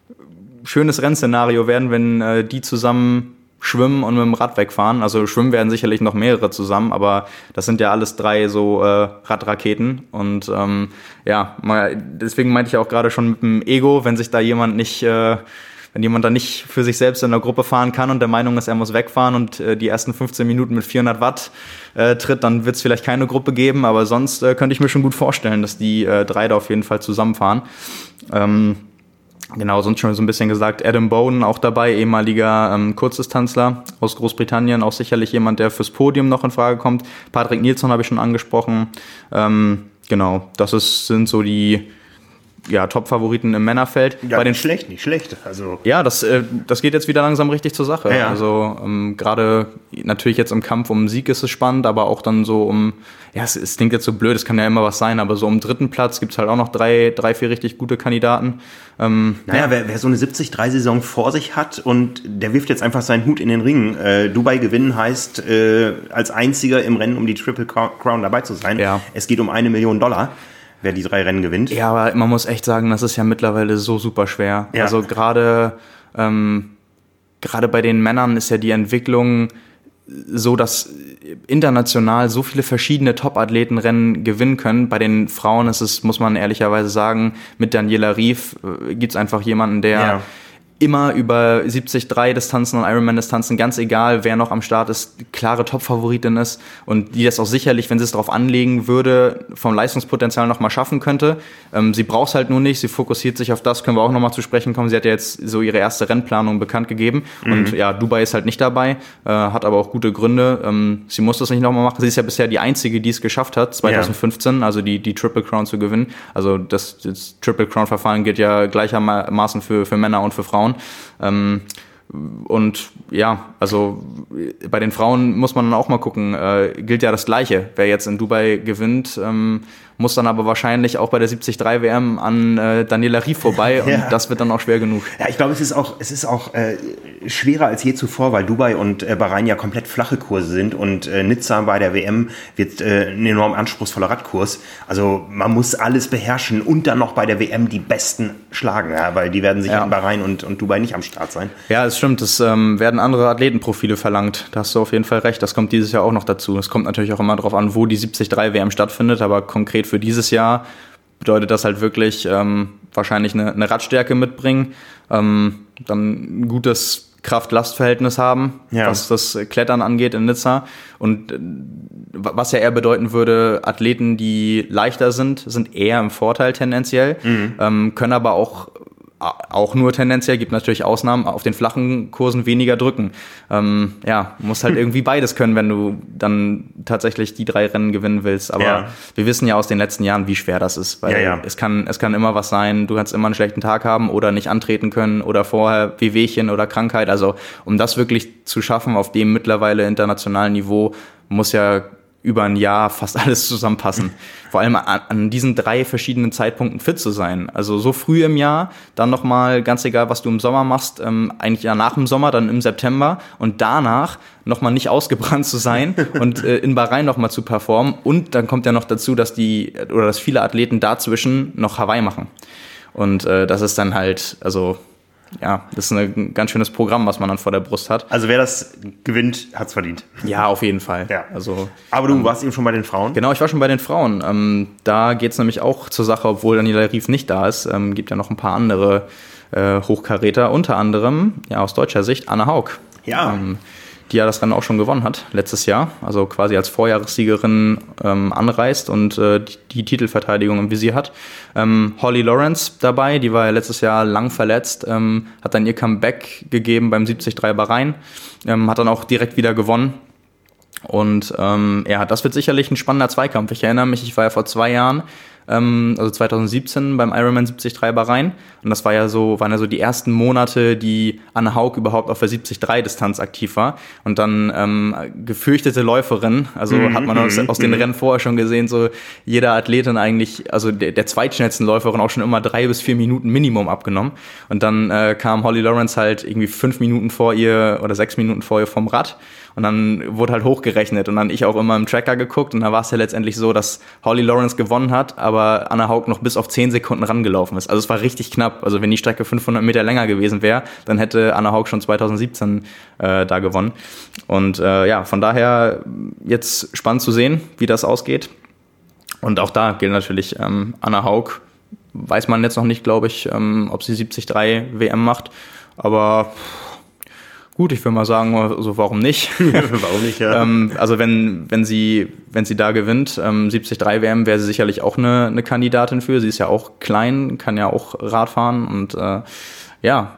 schönes Rennszenario werden, wenn äh, die zusammen schwimmen und mit dem Rad wegfahren. Also schwimmen werden sicherlich noch mehrere zusammen, aber das sind ja alles drei so äh, Radraketen. Und ähm, ja, mal, deswegen meinte ich auch gerade schon mit dem Ego, wenn sich da jemand nicht... Äh, Wenn jemand da nicht für sich selbst in der Gruppe fahren kann und der Meinung ist, er muss wegfahren und äh, die ersten fünfzehn Minuten mit vierhundert Watt äh, tritt, dann wird es vielleicht keine Gruppe geben. Aber sonst äh, könnte ich mir schon gut vorstellen, dass die äh, drei da auf jeden Fall zusammenfahren. Ähm, genau, sonst schon so ein bisschen gesagt, Adam Bowden auch dabei, ehemaliger ähm, Kurzdistanzler aus Großbritannien, auch sicherlich jemand, der fürs Podium noch in Frage kommt. Patrick Nilsson habe ich schon angesprochen. Ähm, genau, das ist, sind so die... ja, Top-Favoriten im Männerfeld. Ja, bei den nicht schlecht, nicht schlecht. Also ja, das, äh, das geht jetzt wieder langsam richtig zur Sache. Ja. Also ähm, gerade natürlich jetzt im Kampf um den Sieg ist es spannend, aber auch dann so um, ja, es, es klingt jetzt so blöd, es kann ja immer was sein, aber so um dritten Platz gibt's halt auch noch drei, drei, vier richtig gute Kandidaten. Ähm, naja, ja. wer, wer so eine siebzig drei Saison vor sich hat und der wirft jetzt einfach seinen Hut in den Ring. Äh, Dubai gewinnen heißt, äh, als einziger im Rennen um die Triple Crown dabei zu sein. Ja. Es geht um eine Million Dollar. Wer die drei Rennen gewinnt. Ja, aber man muss echt sagen, das ist ja mittlerweile so super schwer. Ja. Also gerade ähm, gerade bei den Männern ist ja die Entwicklung so, dass international so viele verschiedene Top-Athleten Rennen gewinnen können. Bei den Frauen ist es, muss man ehrlicherweise sagen, mit Daniela Rief äh, gibt's einfach jemanden, der ja. immer über siebzig drei Distanzen und Ironman-Distanzen, ganz egal, wer noch am Start ist, klare Top-Favoritin ist und die das auch sicherlich, wenn sie es darauf anlegen würde, vom Leistungspotenzial noch mal schaffen könnte. Ähm, sie braucht es halt nur nicht, sie fokussiert sich auf das, können wir auch noch mal zu sprechen kommen. Sie hat ja jetzt so ihre erste Rennplanung bekannt gegeben mhm. und ja, Dubai ist halt nicht dabei, äh, hat aber auch gute Gründe. Ähm, sie muss das nicht noch mal machen. Sie ist ja bisher die Einzige, die es geschafft hat, zwanzig fünfzehn, ja. also die, die Triple Crown zu gewinnen. Also das, das Triple Crown-Verfahren gilt ja gleichermaßen für, für Männer und für Frauen. Ähm, und ja, also bei den Frauen muss man dann auch mal gucken, äh, gilt ja das Gleiche. Wer jetzt in Dubai gewinnt, ähm, muss dann aber wahrscheinlich auch bei der siebzig drei W M an äh, Daniela Rief vorbei und ja. das wird dann auch schwer genug. Ja, ich glaube, es ist auch, es ist auch äh, schwerer als je zuvor, weil Dubai und äh, Bahrain ja komplett flache Kurse sind und äh, Nizza bei der W M wird äh, ein enorm anspruchsvoller Radkurs. Also man muss alles beherrschen und dann noch bei der W M die Besten schlagen, ja, weil die werden sicher ja. in Bahrain und, und Dubai nicht am Start sein. Ja, es stimmt, es ähm, werden andere Athletenprofile verlangt. Da hast du auf jeden Fall recht, das kommt dieses Jahr auch noch dazu. Es kommt natürlich auch immer darauf an, wo die siebzig drei W M stattfindet, aber konkret für dieses Jahr bedeutet das halt wirklich ähm, wahrscheinlich eine, eine Radstärke mitbringen, ähm, dann ein gutes Kraft-Last-Verhältnis haben, ja. was das Klettern angeht in Nizza. Und äh, was ja eher bedeuten würde, Athleten, die leichter sind, sind eher im Vorteil tendenziell, mhm. ähm, können aber auch auch nur tendenziell, gibt natürlich Ausnahmen, auf den flachen Kursen weniger drücken. Ähm, ja, musst halt irgendwie beides können, wenn du dann tatsächlich die drei Rennen gewinnen willst. Aber ja. wir wissen ja aus den letzten Jahren, wie schwer das ist, weil ja, ja. es kann es kann immer was sein, du kannst immer einen schlechten Tag haben oder nicht antreten können oder vorher Wehwehchen oder Krankheit. Also um das wirklich zu schaffen auf dem mittlerweile internationalen Niveau, muss ja über ein Jahr fast alles zusammenpassen. Vor allem an, an diesen drei verschiedenen Zeitpunkten fit zu sein. Also so früh im Jahr, dann nochmal, ganz egal, was du im Sommer machst, ähm, eigentlich ja nach dem Sommer, dann im September und danach nochmal nicht ausgebrannt zu sein und äh, in Bahrain nochmal zu performen. Und dann kommt ja noch dazu, dass die oder dass viele Athleten dazwischen noch Hawaii machen. Und äh, das ist dann halt, also ja, das ist ein ganz schönes Programm, was man dann vor der Brust hat. Also wer das gewinnt, hat's verdient. Ja, auf jeden Fall. Ja. Also, Aber du ähm, warst eben schon bei den Frauen? Genau, ich war schon bei den Frauen. Ähm, da geht's nämlich auch zur Sache, obwohl Daniela Ryf nicht da ist. Ähm, gibt ja noch ein paar andere äh, Hochkaräter, unter anderem, ja, aus deutscher Sicht, Anne Haug. Ja. Ähm, die ja das Rennen auch schon gewonnen hat, letztes Jahr, also quasi als Vorjahressiegerin ähm, anreist und äh, die, die Titelverteidigung im Visier hat. Ähm, Holly Lawrence dabei, die war ja letztes Jahr lang verletzt, ähm, hat dann ihr Comeback gegeben beim siebzig drei Bahrain, ähm, hat dann auch direkt wieder gewonnen. Und ähm, ja, das wird sicherlich ein spannender Zweikampf. Ich erinnere mich, ich war ja vor zwei Jahren, ähm, also zwanzig siebzehn beim Ironman siebzig drei Bahrain. Und das war ja so, waren ja so die ersten Monate, die Anne Haug überhaupt auf der siebzig drei Distanz aktiv war. Und dann ähm, gefürchtete Läuferin, also mhm. hat man aus, aus den Rennen vorher schon gesehen, so jeder Athletin eigentlich, also der, der zweitschnellsten Läuferin auch schon immer drei bis vier Minuten Minimum abgenommen. Und dann äh, kam Holly Lawrence halt irgendwie fünf Minuten vor ihr oder sechs Minuten vor ihr vom Rad. Und dann wurde halt hochgerechnet und dann ich auch immer im Tracker geguckt und da war es ja letztendlich so, dass Holly Lawrence gewonnen hat, aber Anne Haug noch bis auf zehn Sekunden rangelaufen ist. Also es war richtig knapp. Also wenn die Strecke fünfhundert Meter länger gewesen wäre, dann hätte Anne Haug schon zwanzig siebzehn äh, da gewonnen. Und äh, ja, von daher jetzt spannend zu sehen, wie das ausgeht. Und auch da gilt natürlich, ähm, Anne Haug weiß man jetzt noch nicht, glaube ich, ähm, ob sie siebzig drei W M macht, aber gut, ich würde mal sagen, also warum nicht? Warum nicht, ja. ähm, also wenn, wenn sie, wenn sie da gewinnt, ähm, siebzig drei W M wäre sie sicherlich auch eine, eine Kandidatin für. Sie ist ja auch klein, kann ja auch Rad fahren und äh, ja,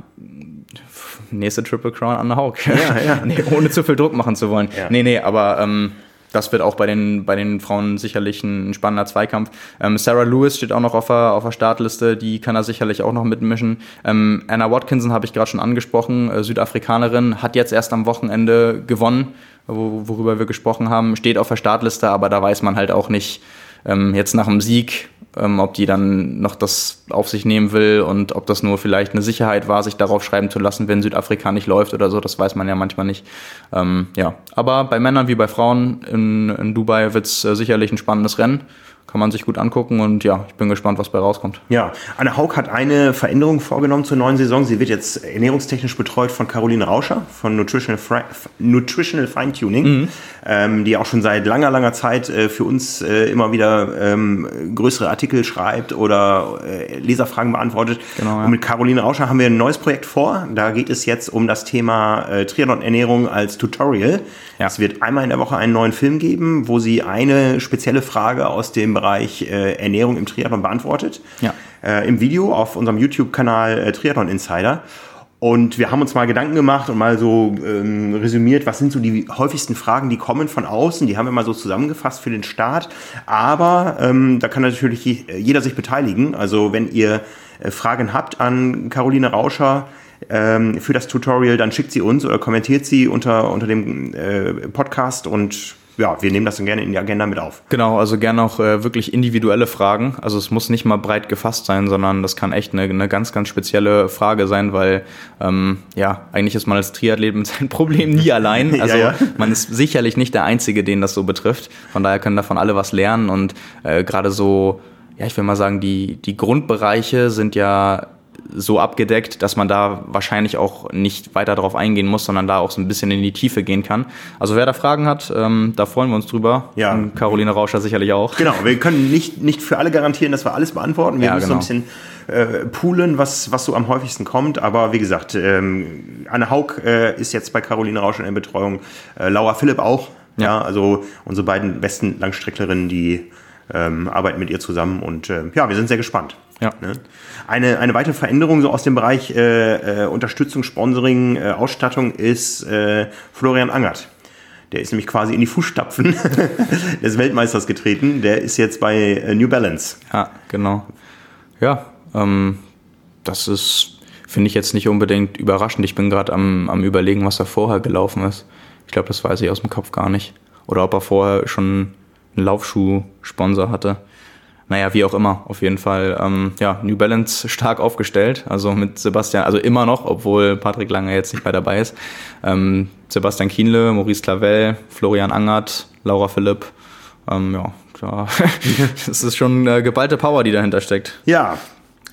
nächste Triple Crown Anne Haug. Ja, ja. Nee, ohne zu viel Druck machen zu wollen. Ja. Nee, nee, aber ähm, das wird auch bei den, bei den Frauen sicherlich ein, ein spannender Zweikampf. Ähm, Sarah Lewis steht auch noch auf der, auf der Startliste, die kann da sicherlich auch noch mitmischen. Ähm, Anna Watkinson habe ich gerade schon angesprochen, äh, Südafrikanerin, hat jetzt erst am Wochenende gewonnen, wo, worüber wir gesprochen haben, steht auf der Startliste, aber da weiß man halt auch nicht, ähm, jetzt nach dem Sieg, ähm, ob die dann noch das auf sich nehmen will und ob das nur vielleicht eine Sicherheit war, sich darauf schreiben zu lassen, wenn Südafrika nicht läuft oder so, das weiß man ja manchmal nicht. Ähm, ja, aber bei Männern wie bei Frauen in, in Dubai wird es äh, sicherlich ein spannendes Rennen. Kann man sich gut angucken und ja, ich bin gespannt, was bei rauskommt. Ja, Anne Haug hat eine Veränderung vorgenommen zur neuen Saison. Sie wird jetzt ernährungstechnisch betreut von Caroline Rauscher von Nutritional, Fri- Nutritional Fine-Tuning, mhm. ähm, die auch schon seit langer, langer Zeit äh, für uns äh, immer wieder ähm, größere Artikel schreibt oder äh, Leserfragen beantwortet. Genau, ja. Und mit Caroline Rauscher haben wir ein neues Projekt vor. Da geht es jetzt um das Thema äh, Triathlon-Ernährung als Tutorial. Ja. Es wird einmal in der Woche einen neuen Film geben, wo sie eine spezielle Frage aus dem Bereich äh, Ernährung im Triathlon beantwortet. Ja. Äh, im Video auf unserem YouTube-Kanal äh, Triathlon Insider. Und wir haben uns mal Gedanken gemacht und mal so ähm, resümiert, was sind so die häufigsten Fragen, die kommen von außen. Die haben wir mal so zusammengefasst für den Start. Aber ähm, da kann natürlich jeder sich beteiligen. Also wenn ihr äh, Fragen habt an Caroline Rauscher ähm, für das Tutorial, dann schickt sie uns oder kommentiert sie unter, unter dem äh, Podcast und ja, wir nehmen das dann gerne in die Agenda mit auf. Genau, also gerne auch äh, wirklich individuelle Fragen. Also es muss nicht mal breit gefasst sein, sondern das kann echt eine, eine ganz, ganz spezielle Frage sein, weil ähm, ja, eigentlich ist man als Triathlet mit seinem Problem nie allein. Also ja, ja. Man ist sicherlich nicht der Einzige, den das so betrifft. Von daher können davon alle was lernen und äh, gerade so, ja, ich will mal sagen, die, die Grundbereiche sind ja so abgedeckt, dass man da wahrscheinlich auch nicht weiter drauf eingehen muss, sondern da auch so ein bisschen in die Tiefe gehen kann. Also wer da Fragen hat, ähm, da freuen wir uns drüber. Ja. Und Caroline Rauscher sicherlich auch. Genau, wir können nicht, nicht für alle garantieren, dass wir alles beantworten. Wir ja, müssen genau. so ein bisschen äh, poolen, was, was so am häufigsten kommt. Aber wie gesagt, ähm, Anne Haug äh, ist jetzt bei Caroline Rauscher in Betreuung. Äh, Laura Philipp auch. Ja. Ja, also unsere beiden besten Langstrecklerinnen, die ähm, arbeiten mit ihr zusammen. Und äh, ja, wir sind sehr gespannt. Ja. Eine, eine weitere Veränderung so aus dem Bereich äh, äh, Unterstützung, Sponsoring, äh, Ausstattung ist äh, Florian Angert. Der ist nämlich quasi in die Fußstapfen des Weltmeisters getreten. Der ist jetzt bei äh, New Balance. Ja, genau. Ja, ähm, das ist, finde ich jetzt nicht unbedingt überraschend. Ich bin gerade am, am Überlegen, was da vorher gelaufen ist. Ich glaube, das weiß ich aus dem Kopf gar nicht. Oder ob er vorher schon einen Laufschuh-Sponsor hatte. Naja, wie auch immer, auf jeden Fall, ähm, ja, New Balance stark aufgestellt, also mit Sebastian, also immer noch, obwohl Patrick Lange jetzt nicht mehr dabei ist, ähm, Sebastian Kienle, Maurice Clavel, Florian Angert, Laura Philipp, ähm, ja, da, das ist schon äh, geballte Power, die dahinter steckt. Ja,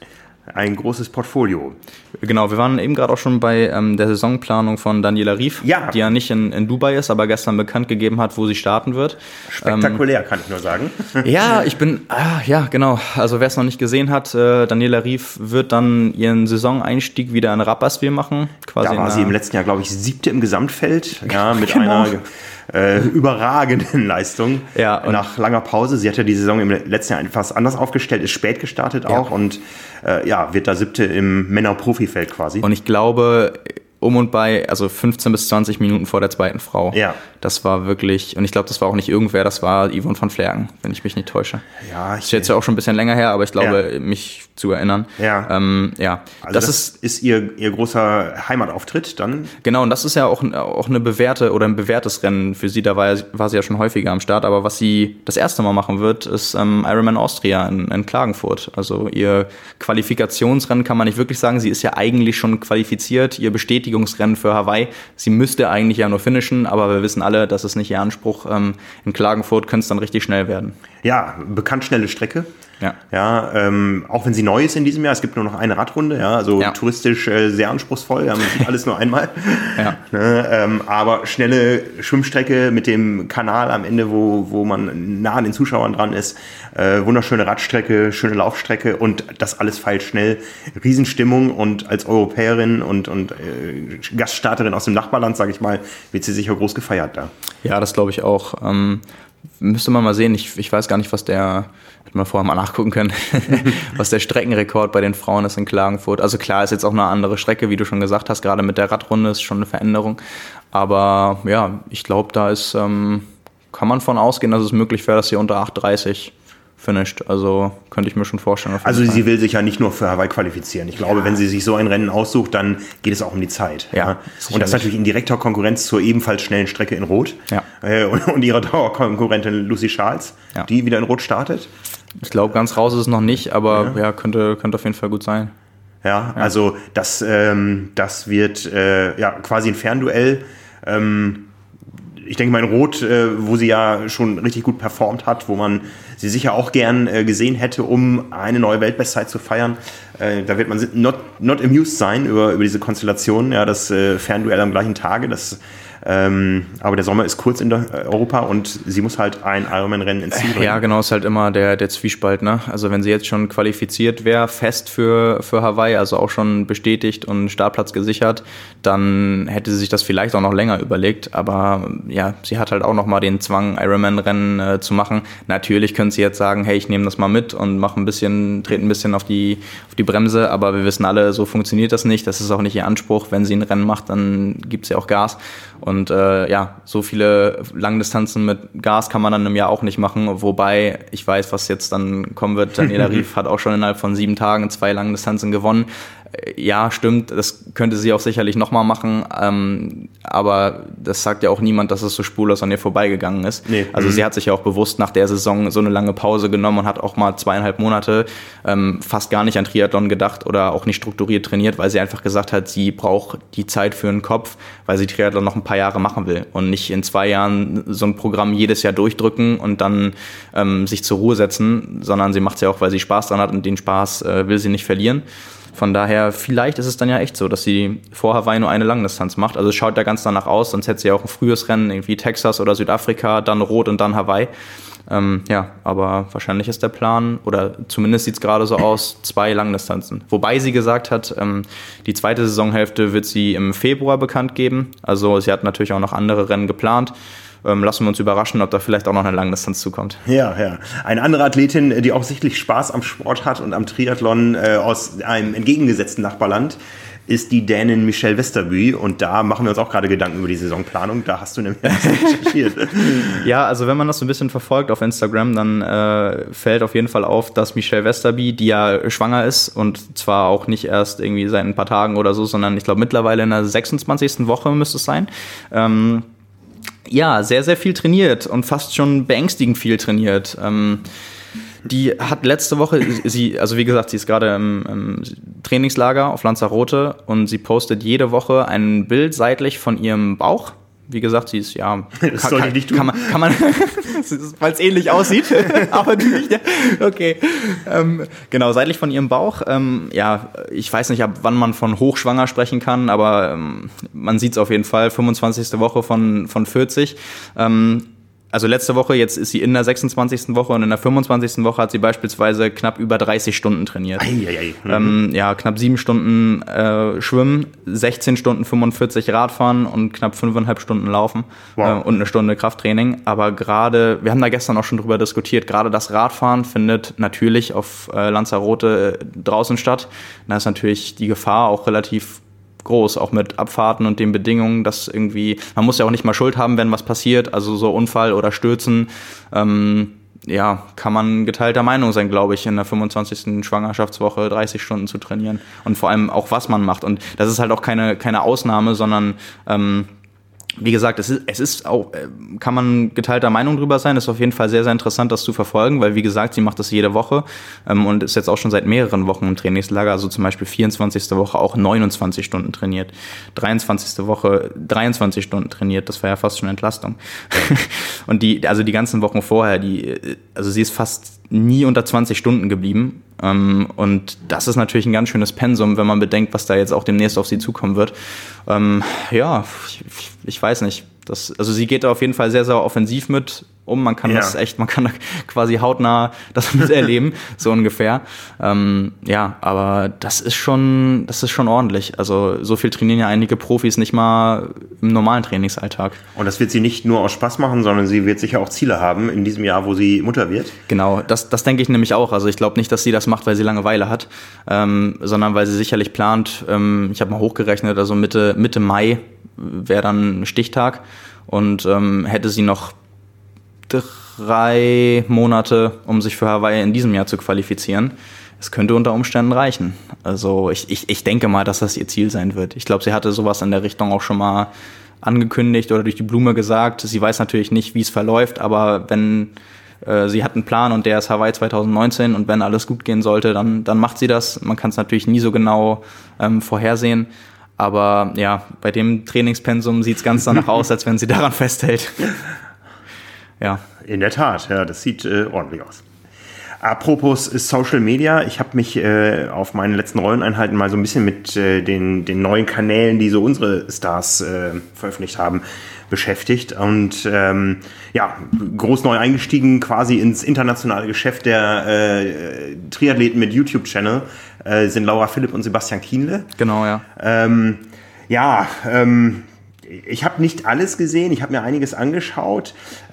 ein großes Portfolio. Genau, wir waren eben gerade auch schon bei ähm, der Saisonplanung von Daniela Rief, ja. die ja nicht in, in Dubai ist, aber gestern bekannt gegeben hat, wo sie starten wird. Spektakulär, ähm, kann ich nur sagen. Ja, ich bin, ah, ja, genau. Also wer es noch nicht gesehen hat, äh, Daniela Rief wird dann ihren Saisoneinstieg wieder in Rapperswil machen. Quasi da war sie im letzten Jahr, glaube ich, siebte im Gesamtfeld, ja, mit genau. einer äh, überragenden Leistung. Ja, nach langer Pause. Sie hat ja die Saison im letzten Jahr etwas anders aufgestellt, ist spät gestartet ja. auch und äh, ja, wird da siebte im Männer-Profifeld quasi. Und ich glaube, um und bei, also fünfzehn bis zwanzig Minuten vor der zweiten Frau. Ja. Das war wirklich, und ich glaube, das war auch nicht irgendwer, das war Yvonne van Vlerken, wenn ich mich nicht täusche. Ja, ich das ist jetzt ja auch schon ein bisschen länger her, aber ich glaube, ja. mich zu erinnern. Ja. Ähm, ja. Also das, das ist, ist ihr, ihr großer Heimatauftritt dann? Genau, und das ist ja auch, auch eine bewährte oder ein bewährtes Rennen für sie. Da war, war sie ja schon häufiger am Start. Aber was sie das erste Mal machen wird, ist ähm, Ironman Austria in, in Klagenfurt. Also ihr Qualifikationsrennen kann man nicht wirklich sagen. Sie ist ja eigentlich schon qualifiziert. Ihr Bestätigungsrennen für Hawaii. Sie müsste eigentlich ja nur finishen, aber wir wissen alle, das ist nicht ihr Anspruch. Ähm, in Klagenfurt könnte es dann richtig schnell werden. Ja, bekannt schnelle Strecke. Ja, ja ähm, auch wenn sie neu ist in diesem Jahr, es gibt nur noch eine Radrunde, ja, also ja. touristisch äh, sehr anspruchsvoll, ja, man sieht alles nur einmal. Ja. Ne, ähm, aber schnelle Schwimmstrecke mit dem Kanal am Ende, wo, wo man nah an den Zuschauern dran ist, äh, wunderschöne Radstrecke, schöne Laufstrecke und das alles feilt schnell, Riesenstimmung und als Europäerin und, und äh, Gaststarterin aus dem Nachbarland, sage ich mal, wird sie sicher groß gefeiert da. Ja, das glaube ich auch. Ähm, müsste man mal sehen, ich, ich weiß gar nicht, was der, hätte man vorher mal nachgucken können, was der Streckenrekord bei den Frauen ist in Klagenfurt. Also klar, ist jetzt auch eine andere Strecke, wie du schon gesagt hast, gerade mit der Radrunde ist schon eine Veränderung. Aber ja, ich glaube, da ist, ähm, kann man von ausgehen, dass es möglich wäre, dass sie unter acht dreißig finisht. Also könnte ich mir schon vorstellen. Also sie will sich ja nicht nur für Hawaii qualifizieren. Ich glaube, ja. wenn sie sich so ein Rennen aussucht, dann geht es auch um die Zeit. Ja, ja. Und das ist natürlich in direkter Konkurrenz zur ebenfalls schnellen Strecke in Rot. Ja. Äh, und, und ihrer Dauerkonkurrentin Lucy Charles, ja. die wieder in Rot startet. Ich glaube, ganz raus ist es noch nicht, aber ja, ja könnte, könnte auf jeden Fall gut sein. Ja, ja. also das, ähm, das wird äh, ja quasi ein Fernduell. Ähm, Ich denke mal in Rot, äh, wo sie ja schon richtig gut performt hat, wo man sie sicher auch gern äh, gesehen hätte, um eine neue Weltbestzeit zu feiern. Äh, da wird man not, not amused sein über, über diese Konstellation, ja, das äh, Fernduell am gleichen Tage. Das, ähm, aber der Sommer ist kurz in der, äh, Europa und sie muss halt ein Ironman-Rennen ins Ziel bringen. Ja, genau, ist halt immer der, der Zwiespalt, ne? Also wenn sie jetzt schon qualifiziert wäre, fest für, für Hawaii, also auch schon bestätigt und Startplatz gesichert, dann hätte sie sich das vielleicht auch noch länger überlegt. Aber ja, sie hat halt auch noch mal den Zwang, Ironman-Rennen äh, zu machen. Natürlich könnte sie jetzt sagen, hey, ich nehme das mal mit und mache ein bisschen, trete ein bisschen auf die, auf die Bremse. Aber wir wissen alle, so funktioniert das nicht. Das ist auch nicht ihr Anspruch. Wenn sie ein Rennen macht, dann gibt sie auch Gas. Und äh, ja, so viele Langdistanzen mit Gas kann man dann im Jahr auch nicht machen. Wobei, ich weiß, was jetzt dann kommen wird. Daniela Rief hat auch schon innerhalb von sieben Tagen zwei Langdistanzen gewonnen. Ja, stimmt, das könnte sie auch sicherlich nochmal machen, ähm, aber das sagt ja auch niemand, dass es so spurlos an ihr vorbeigegangen ist. Nee. Also mhm. sie hat sich ja auch bewusst nach der Saison so eine lange Pause genommen und hat auch mal zweieinhalb Monate ähm, fast gar nicht an Triathlon gedacht oder auch nicht strukturiert trainiert, weil sie einfach gesagt hat, sie braucht die Zeit für den Kopf, weil sie Triathlon noch ein paar Jahre machen will und nicht in zwei Jahren so ein Programm jedes Jahr durchdrücken und dann ähm, sich zur Ruhe setzen, sondern sie macht es ja auch, weil sie Spaß dran hat und den Spaß äh, will sie nicht verlieren. Von daher, vielleicht ist es dann ja echt so, dass sie vor Hawaii nur eine Langdistanz macht. Also es schaut ja ganz danach aus, sonst hätte sie ja auch ein frühes Rennen, irgendwie Texas oder Südafrika, dann Rot und dann Hawaii. Ähm, ja, aber wahrscheinlich ist der Plan, oder zumindest sieht es gerade so aus, zwei Langdistanzen. Wobei sie gesagt hat, ähm, die zweite Saisonhälfte wird sie im Februar bekannt geben. Also sie hat natürlich auch noch andere Rennen geplant. Ähm, lassen wir uns überraschen, ob da vielleicht auch noch eine Langdistanz zukommt. Ja, ja. Eine andere Athletin, die auch sichtlich Spaß am Sport hat und am Triathlon äh, aus einem entgegengesetzten Nachbarland, ist die Dänin Michelle Vesterby. Und da machen wir uns auch gerade Gedanken über die Saisonplanung. Da hast du nämlich recherchiert. Ja, also wenn man das so ein bisschen verfolgt auf Instagram, dann äh, fällt auf jeden Fall auf, dass Michelle Vesterby, die ja schwanger ist und zwar auch nicht erst irgendwie seit ein paar Tagen oder so, sondern ich glaube mittlerweile in der sechsundzwanzigsten Woche müsste es sein, ähm, ja, sehr, sehr viel trainiert und fast schon beängstigend viel trainiert. Ähm, die hat letzte Woche, sie, also wie gesagt, sie ist gerade im, im Trainingslager auf Lanzarote und sie postet jede Woche ein Bild seitlich von ihrem Bauch, wie gesagt, sie ist ja. Das kann, sollte kann, ich nicht tun. Kann man, kann man weil es ähnlich aussieht, aber du nicht. Okay. Ähm, genau, seitlich von ihrem Bauch. Ähm, ja, ich weiß nicht, ab wann man von hochschwanger sprechen kann, aber ähm, man sieht es auf jeden Fall. fünfundzwanzigste Woche von, von vierzig. Ähm, Also letzte Woche, jetzt ist sie in der sechsundzwanzigsten Woche und in der fünfundzwanzigsten Woche hat sie beispielsweise knapp über dreißig Stunden trainiert. Eieiei. Mhm. Ähm, ja, knapp sieben Stunden äh, Schwimmen, sechzehn Stunden fünfundvierzig Radfahren und knapp fünfeinhalb Stunden Laufen Wow. äh, und eine Stunde Krafttraining. Aber gerade, wir haben da gestern auch schon drüber diskutiert, gerade das Radfahren findet natürlich auf äh, Lanzarote äh, draußen statt. Da ist natürlich die Gefahr auch relativ groß, auch mit Abfahrten und den Bedingungen, dass irgendwie, man muss ja auch nicht mal Schuld haben, wenn was passiert, also so Unfall oder Stürzen, ähm, ja, kann man geteilter Meinung sein, glaube ich, in der fünfundzwanzigsten Schwangerschaftswoche dreißig Stunden zu trainieren und vor allem auch, was man macht. Und das ist halt auch keine, keine Ausnahme, sondern ähm, wie gesagt, es ist, es ist auch, kann man geteilter Meinung drüber sein, ist auf jeden Fall sehr, sehr interessant, das zu verfolgen, weil wie gesagt, sie macht das jede Woche ähm, und ist jetzt auch schon seit mehreren Wochen im Trainingslager, also zum Beispiel vierundzwanzigste Woche auch neunundzwanzig Stunden trainiert, dreiundzwanzigste Woche dreiundzwanzig Stunden trainiert, das war ja fast schon Entlastung. Und die, also die ganzen Wochen vorher, die, also sie ist fast nie unter zwanzig Stunden geblieben. Ähm, und das ist natürlich ein ganz schönes Pensum, wenn man bedenkt, was da jetzt auch demnächst auf sie zukommen wird. Ähm, ja, ich, ich weiß nicht. Das, also sie geht da auf jeden Fall sehr, sehr offensiv mit um. Man kann ja. das echt, man kann da quasi hautnah das miterleben, so ungefähr. Ähm, ja, aber das ist schon, das ist schon ordentlich. Also so viel trainieren ja einige Profis nicht mal im normalen Trainingsalltag. Und das wird sie nicht nur aus Spaß machen, sondern sie wird sicher auch Ziele haben in diesem Jahr, wo sie Mutter wird. Genau, das, das denke ich nämlich auch. Also ich glaube nicht, dass sie das macht, weil sie Langeweile hat, ähm, sondern weil sie sicherlich plant, ähm, ich habe mal hochgerechnet, also Mitte, Mitte Mai wäre dann Stichtag und ähm, hätte sie noch drei Monate, um sich für Hawaii in diesem Jahr zu qualifizieren. Es könnte unter Umständen reichen. Also ich, ich, ich denke mal, dass das ihr Ziel sein wird. Ich glaube, sie hatte sowas in der Richtung auch schon mal angekündigt oder durch die Blume gesagt. Sie weiß natürlich nicht, wie es verläuft, aber wenn äh, sie hat einen Plan und der ist Hawaii zwanzig neunzehn und wenn alles gut gehen sollte, dann, dann macht sie das. Man kann es natürlich nie so genau ähm, vorhersehen. Aber ja, bei dem Trainingspensum sieht es ganz danach aus, als wenn sie daran festhält. Ja. In der Tat, ja, das sieht äh, ordentlich aus. Apropos Social Media, ich habe mich äh, auf meinen letzten Rolleneinheiten mal so ein bisschen mit äh, den, den neuen Kanälen, die so unsere Stars äh, veröffentlicht haben, beschäftigt und ähm, ja, groß neu eingestiegen quasi ins internationale Geschäft der äh, Triathleten mit YouTube-Channel äh, sind Laura Philipp und Sebastian Kienle. Genau, ja. Ähm, ja, ähm, ich habe nicht alles gesehen, ich habe mir einiges angeschaut.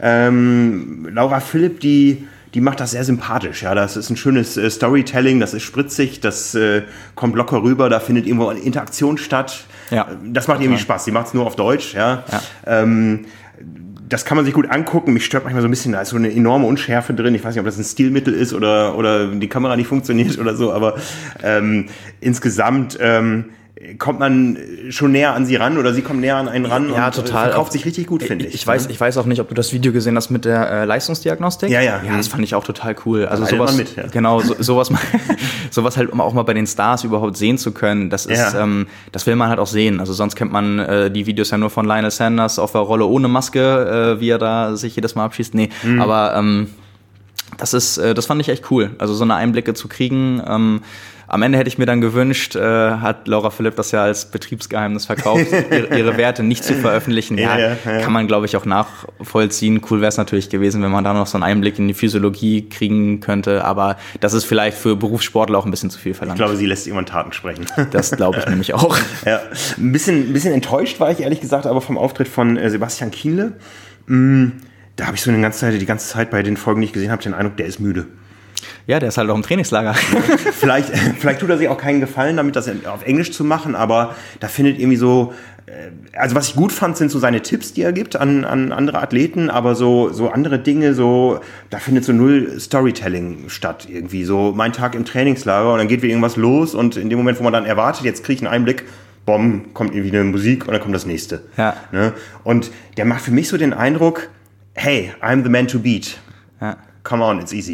Ähm, Laura Philipp, die Die macht das sehr sympathisch, ja. Das ist ein schönes äh, Storytelling, das ist spritzig, das äh, kommt locker rüber, da findet irgendwo eine Interaktion statt. Ja. Das macht irgendwie Spaß. Sie macht es nur auf Deutsch, ja. Ja. Ähm, das kann man sich gut angucken. Mich stört manchmal so ein bisschen, da ist so eine enorme Unschärfe drin. Ich weiß nicht, ob das ein Stilmittel ist oder, oder die Kamera nicht funktioniert oder so, aber ähm, insgesamt ähm, kommt man schon näher an sie ran oder sie kommt näher an einen ran Ja, und total. verkauft sich richtig gut, finde ich. Ich weiß, ich weiß auch nicht, ob du das Video gesehen hast mit der äh, Leistungsdiagnostik. Ja, ja. Ja, das fand ich auch total cool. Also Da sowas, leidet man mit, ja. genau, so, sowas, mal, sowas halt auch mal bei den Stars überhaupt sehen zu können, das ist, Ja. ähm, das will man halt auch sehen. Also sonst kennt man äh, die Videos ja nur von Lionel Sanders auf der Rolle ohne Maske, äh, wie er da sich jedes Mal abschießt. Nee, Mhm. aber ähm, das ist, äh, das fand ich echt cool. Also so eine Einblicke zu kriegen. Ähm, Am Ende hätte ich mir dann gewünscht, äh, hat Laura Philipp das ja als Betriebsgeheimnis verkauft, ihre, ihre Werte nicht zu veröffentlichen. Ja, Ja, ja, ja. kann man, glaube ich, auch nachvollziehen. Cool wäre es natürlich gewesen, wenn man da noch so einen Einblick in die Physiologie kriegen könnte. Aber das ist vielleicht für Berufssportler auch ein bisschen zu viel Ich verlangt. glaube, sie lässt irgendwann Taten sprechen. Das glaube ich nämlich auch. Ja, ein bisschen, ein bisschen enttäuscht war ich ehrlich gesagt, aber vom Auftritt von äh, Sebastian Kienle. Mm, da habe ich so eine ganze Zeit, die ganze Zeit bei den Folgen, die ich gesehen habe, den Eindruck, der ist müde. Ja, der ist halt auch im Trainingslager. Vielleicht, vielleicht tut er sich auch keinen Gefallen damit, das auf Englisch zu machen, aber da findet irgendwie so, äh, also was ich gut fand, sind so seine Tipps, die er gibt an, an andere Athleten, aber so, so andere Dinge, so, da findet so null Storytelling statt irgendwie. So mein Tag im Trainingslager und dann geht wieder irgendwas los und in dem Moment, wo man dann erwartet, jetzt kriege ich einen Einblick, bom, kommt irgendwie eine Musik und dann kommt das nächste. Ja. Ne? Und der macht für mich so den Eindruck, hey, I'm the man to beat. Ja. Come on, it's easy.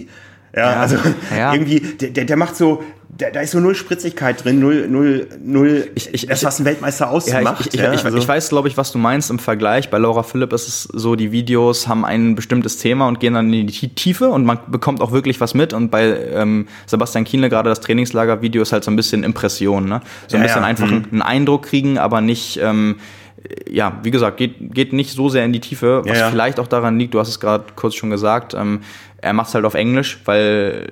Ja, Ja, also ja. irgendwie, der, der, der macht so, der, da ist so null Spritzigkeit drin, null, null, null, Ich- ich- das, was ein Weltmeister Ja, ausmacht. ich, ich, ja, ich, also, ich weiß, glaube ich, was du meinst im Vergleich. Bei Laura Philipp ist es so, die Videos haben ein bestimmtes Thema und gehen dann in die Tiefe und man bekommt auch wirklich was mit. Und bei ähm, Sebastian Kienle gerade das Trainingslager-Video ist halt so ein bisschen Impression, ne? So ein Ja, bisschen ja. einfach Mhm. einen Eindruck kriegen, aber nicht, ähm, ja, wie gesagt, geht, geht nicht so sehr in die Tiefe, was Ja, ja. vielleicht auch daran liegt, du hast es gerade kurz schon gesagt, ähm, er macht es halt auf Englisch, weil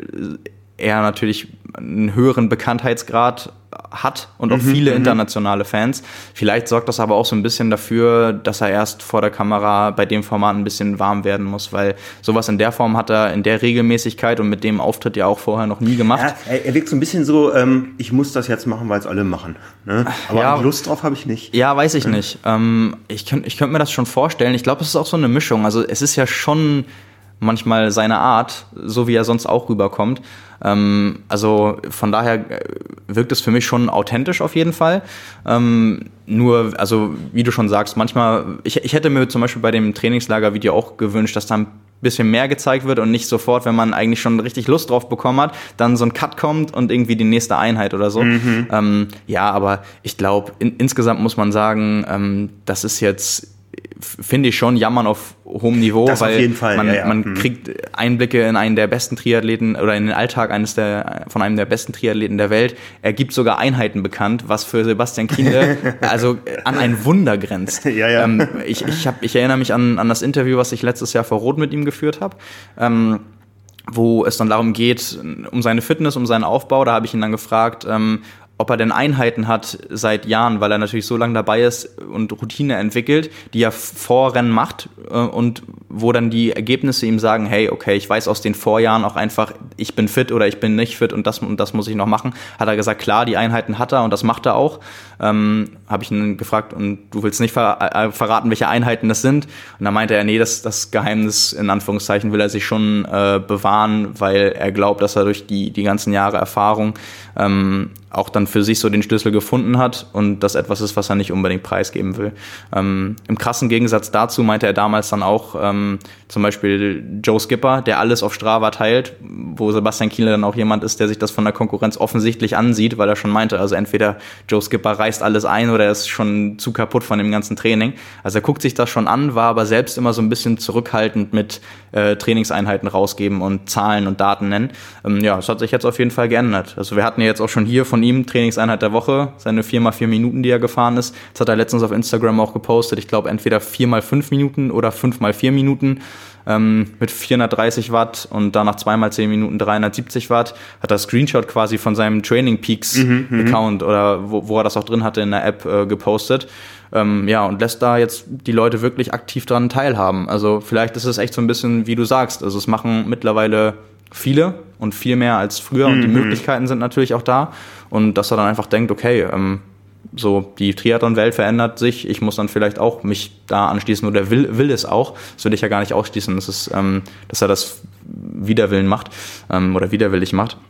er natürlich einen höheren Bekanntheitsgrad hat und auch viele internationale Fans. Vielleicht sorgt das aber auch so ein bisschen dafür, dass er erst vor der Kamera bei dem Format ein bisschen warm werden muss, weil sowas in der Form hat er in der Regelmäßigkeit und mit dem Auftritt ja auch vorher noch nie gemacht. ja, er, er wirkt so ein bisschen so, ähm, ich muss das jetzt machen, weil es alle machen. Ne? Aber Ja. Lust drauf habe ich nicht. Ja, weiß ich nicht. Ähm, ich könnte ich könnt mir das schon vorstellen. Ich glaube, es ist auch so eine Mischung. Also es ist ja schon manchmal seine Art, so wie er sonst auch rüberkommt. Ähm, also von daher wirkt es für mich schon authentisch auf jeden Fall. Ähm, nur, also wie du schon sagst, manchmal, ich, ich hätte mir zum Beispiel bei dem Trainingslager-Video auch gewünscht, dass da ein bisschen mehr gezeigt wird und nicht sofort, wenn man eigentlich schon richtig Lust drauf bekommen hat, dann so ein Cut kommt und irgendwie die nächste Einheit oder so. Mhm. Ähm, ja, aber ich glaube, in, insgesamt muss man sagen, ähm, das ist jetzt, finde ich schon, Jammern auf hohem Niveau, Das auf weil jeden Fall, man, ja, ja. man Mhm. kriegt Einblicke in einen der besten Triathleten oder in den Alltag eines der, von einem der besten Triathleten der Welt. Er gibt sogar Einheiten bekannt, was für Sebastian Kienle also an ein Wunder grenzt. Ja, ja. Ähm, ich, ich, hab, ich erinnere mich an, an das Interview, was ich letztes Jahr vor Rot mit ihm geführt habe. Ähm, wo es dann darum geht, um seine Fitness, um seinen Aufbau. Da habe ich ihn dann gefragt, ähm, ob er denn Einheiten hat seit Jahren, weil er natürlich so lange dabei ist und Routine entwickelt, die er vor Rennen macht äh, und wo dann die Ergebnisse ihm sagen, hey, okay, ich weiß aus den Vorjahren auch einfach, ich bin fit oder ich bin nicht fit und das und das muss ich noch machen. Hat er gesagt, klar, die Einheiten hat er und das macht er auch. Ähm, habe ich ihn gefragt, und du willst nicht ver- äh, verraten, welche Einheiten das sind? Und dann meinte er, nee, das, das Geheimnis, in Anführungszeichen, will er sich schon äh, bewahren, weil er glaubt, dass er durch die, die ganzen Jahre Erfahrung ähm, auch dann für sich so den Schlüssel gefunden hat und das etwas ist, was er nicht unbedingt preisgeben will. Ähm, im krassen Gegensatz dazu meinte er damals dann auch ähm, zum Beispiel Joe Skipper, der alles auf Strava teilt, wo Sebastian Kienle dann auch jemand ist, der sich das von der Konkurrenz offensichtlich ansieht, weil er schon meinte, also entweder Joe Skipper reißt alles ein oder er ist schon zu kaputt von dem ganzen Training. Also er guckt sich das schon an, war aber selbst immer so ein bisschen zurückhaltend mit äh, Trainingseinheiten rausgeben und Zahlen und Daten nennen. Ähm, ja, das hat sich jetzt auf jeden Fall geändert. Also wir hatten ja jetzt auch schon hier von ihm Trainingseinheit der Woche, seine vier mal vier Minuten, die er gefahren ist. Das hat er letztens auf Instagram auch gepostet. Ich glaube, entweder vier mal fünf Minuten oder fünf mal vier Minuten ähm, mit vierhundertdreißig Watt und danach zwei mal zehn Minuten dreihundertsiebzig Watt. Hat er Screenshot quasi von seinem Training Peaks mhm, Account oder wo, wo er das auch drin hatte in der App äh, gepostet. Ähm, ja, und lässt da jetzt die Leute wirklich aktiv dran teilhaben. Also vielleicht ist es echt so ein bisschen, wie du sagst. Also es machen mittlerweile viele und viel mehr als früher mhm. und die Möglichkeiten sind natürlich auch da. Und dass er dann einfach denkt, okay, ähm, so die Triathlon-Welt verändert sich, ich muss dann vielleicht auch mich da anschließen oder will, will es auch. Das will ich ja gar nicht ausschließen, das ist, ähm, dass er das wider Willen macht ähm, oder widerwillig macht.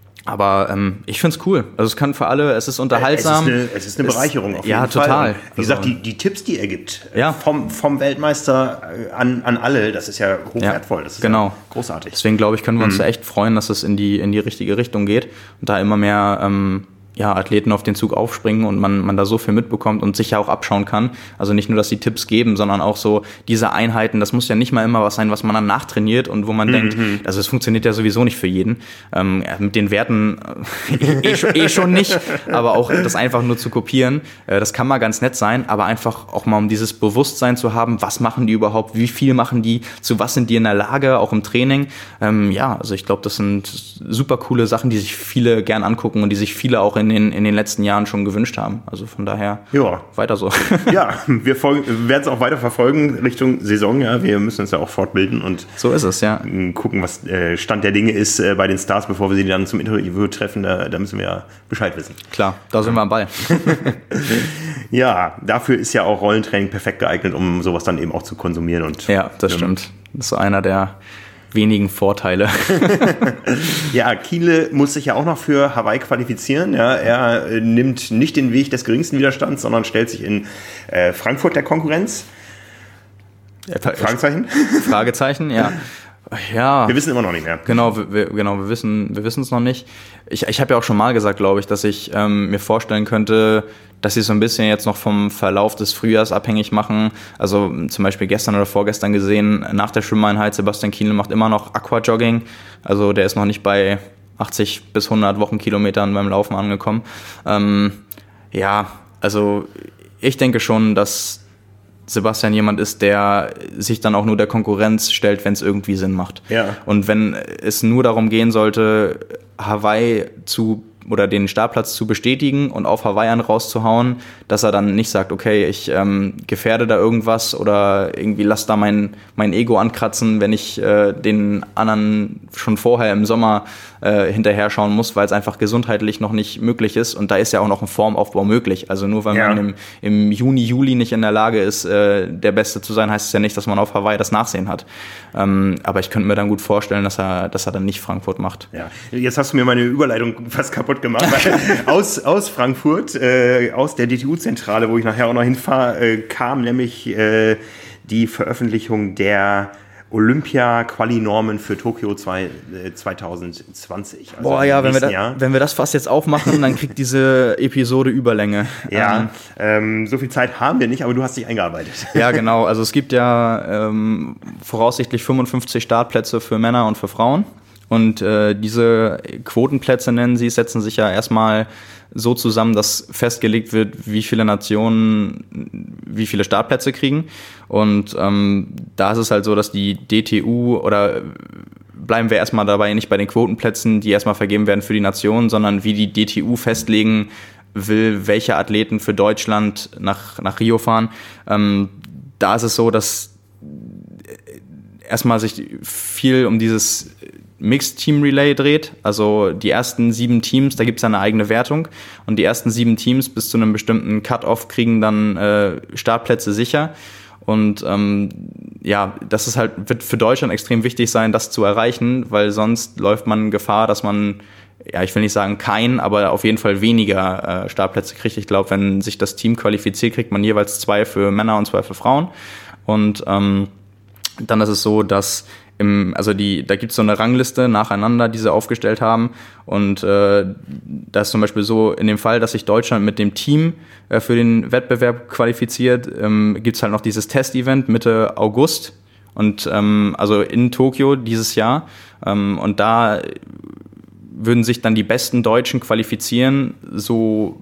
Aber ähm, ich find's cool. Also es kann für alle, es ist unterhaltsam. Es ist eine, es ist eine Bereicherung auf jeden ja, Fall. Ja, total. Und wie gesagt, die, die Tipps, die er gibt, ja. vom, vom Weltmeister an, an alle, das ist ja hochwertvoll. Das ist genau. ja großartig. Deswegen glaube ich, können wir uns mhm. da echt freuen, dass es in die, in die richtige Richtung geht und da immer mehr ähm, ja, Athleten auf den Zug aufspringen und man, man da so viel mitbekommt und sich ja auch abschauen kann. Also nicht nur, dass die Tipps geben, sondern auch so diese Einheiten, das muss ja nicht mal immer was sein, was man dann nachtrainiert und wo man mhm. denkt, also es funktioniert ja sowieso nicht für jeden. Ähm, mit den Werten äh, eh, schon, eh schon nicht, aber auch das einfach nur zu kopieren, äh, das kann mal ganz nett sein, aber einfach auch mal um dieses Bewusstsein zu haben, was machen die überhaupt, wie viel machen die, zu was sind die in der Lage, auch im Training. Ähm, ja, also ich glaube, das sind super coole Sachen, die sich viele gern angucken und die sich viele auch in In den, in den letzten Jahren schon gewünscht haben. Also von daher ja. weiter so. Ja, wir werden es auch weiter verfolgen Richtung Saison. Ja, wir müssen uns ja auch fortbilden und so ist es, ja. gucken, was äh, Stand der Dinge ist äh, bei den Stars, bevor wir sie dann zum Interview treffen. Da, da müssen wir ja Bescheid wissen. Klar, da sind wir am Ball. Ja, dafür ist ja auch Rollentraining perfekt geeignet, um sowas dann eben auch zu konsumieren. Und, ja, das ähm, stimmt. Das ist so einer der wenigen Vorteile. Ja, Kienle muss sich ja auch noch für Hawaii qualifizieren. Ja, er äh, nimmt nicht den Weg des geringsten Widerstands, sondern stellt sich in äh, Frankfurt der Konkurrenz. Ja, Fragezeichen? Fragezeichen, ja. Ja. Wir wissen immer noch nicht mehr. Genau, wir, genau, wir wissen, wir wissen es noch nicht. Ich, ich habe ja auch schon mal gesagt, glaube ich, dass ich ähm, mir vorstellen könnte, dass sie so ein bisschen jetzt noch vom Verlauf des Frühjahrs abhängig machen. Also zum Beispiel gestern oder vorgestern gesehen, nach der Schwimmeinheit, Sebastian Kienle macht immer noch Aquajogging. Also der ist noch nicht bei achtzig bis hundert Wochenkilometern beim Laufen angekommen. Ähm, ja, also ich denke schon, dass Sebastian jemand ist, der sich dann auch nur der Konkurrenz stellt, wenn es irgendwie Sinn macht. Ja. Und wenn es nur darum gehen sollte, Hawaii zu oder den Startplatz zu bestätigen und auf Hawaii an rauszuhauen, dass er dann nicht sagt, okay, ich ähm, gefährde da irgendwas oder irgendwie lass da mein, mein Ego ankratzen, wenn ich äh, den anderen schon vorher im Sommer äh, hinterher schauen muss, weil es einfach gesundheitlich noch nicht möglich ist. Und da ist ja auch noch ein Formaufbau möglich. Also nur weil ja. man im, im Juni, Juli nicht in der Lage ist, äh, der Beste zu sein, heißt es ja nicht, dass man auf Hawaii das Nachsehen hat. Ähm, aber ich könnte mir dann gut vorstellen, dass er, dass er dann nicht Frankfurt macht. Ja. Jetzt hast du mir meine Überleitung fast kaputt gemacht. aus, aus Frankfurt, äh, aus der D T U-Zentrale, wo ich nachher auch noch hinfahre, äh, kam nämlich äh, die Veröffentlichung der Olympia-Quali-Normen für Tokio zwei, äh, zwanzig zwanzig. Also Boah, ja, wenn wir, da, wenn wir das fast jetzt aufmachen, dann kriegt diese Episode Überlänge. Ja, ähm, ähm, so viel Zeit haben wir nicht, aber du hast dich eingearbeitet. Ja, genau. Also es gibt ja ähm, voraussichtlich fünfundfünfzig Startplätze für Männer und für Frauen. Und äh, diese Quotenplätze, nennen sie es, setzen sich ja erstmal so zusammen, dass festgelegt wird, wie viele Nationen wie viele Startplätze kriegen. Und ähm, da ist es halt so, dass die D T U oder bleiben wir erstmal dabei nicht bei den Quotenplätzen, die erstmal vergeben werden für die Nationen, sondern wie die D T U festlegen will, welche Athleten für Deutschland nach, nach Rio fahren. Ähm, da ist es so, dass erstmal sich viel um dieses Mixed Team Relay dreht, also die ersten sieben Teams, da gibt es eine eigene Wertung und die ersten sieben Teams bis zu einem bestimmten Cut-Off kriegen dann äh, Startplätze sicher und ähm, ja, das ist halt, wird für Deutschland extrem wichtig sein, das zu erreichen, weil sonst läuft man Gefahr, dass man, ja, ich will nicht sagen kein, aber auf jeden Fall weniger äh, Startplätze kriegt. Ich glaube, wenn sich das Team qualifiziert, kriegt man jeweils zwei für Männer und zwei für Frauen und ähm, dann ist es so, dass Im, also die, da gibt es so eine Rangliste nacheinander, die sie aufgestellt haben. Und äh, da ist zum Beispiel so, in dem Fall, dass sich Deutschland mit dem Team äh, für den Wettbewerb qualifiziert, ähm, gibt es halt noch dieses Test-Event Mitte August. Und ähm, also in Tokio dieses Jahr. Ähm, und da würden sich dann die besten Deutschen qualifizieren, so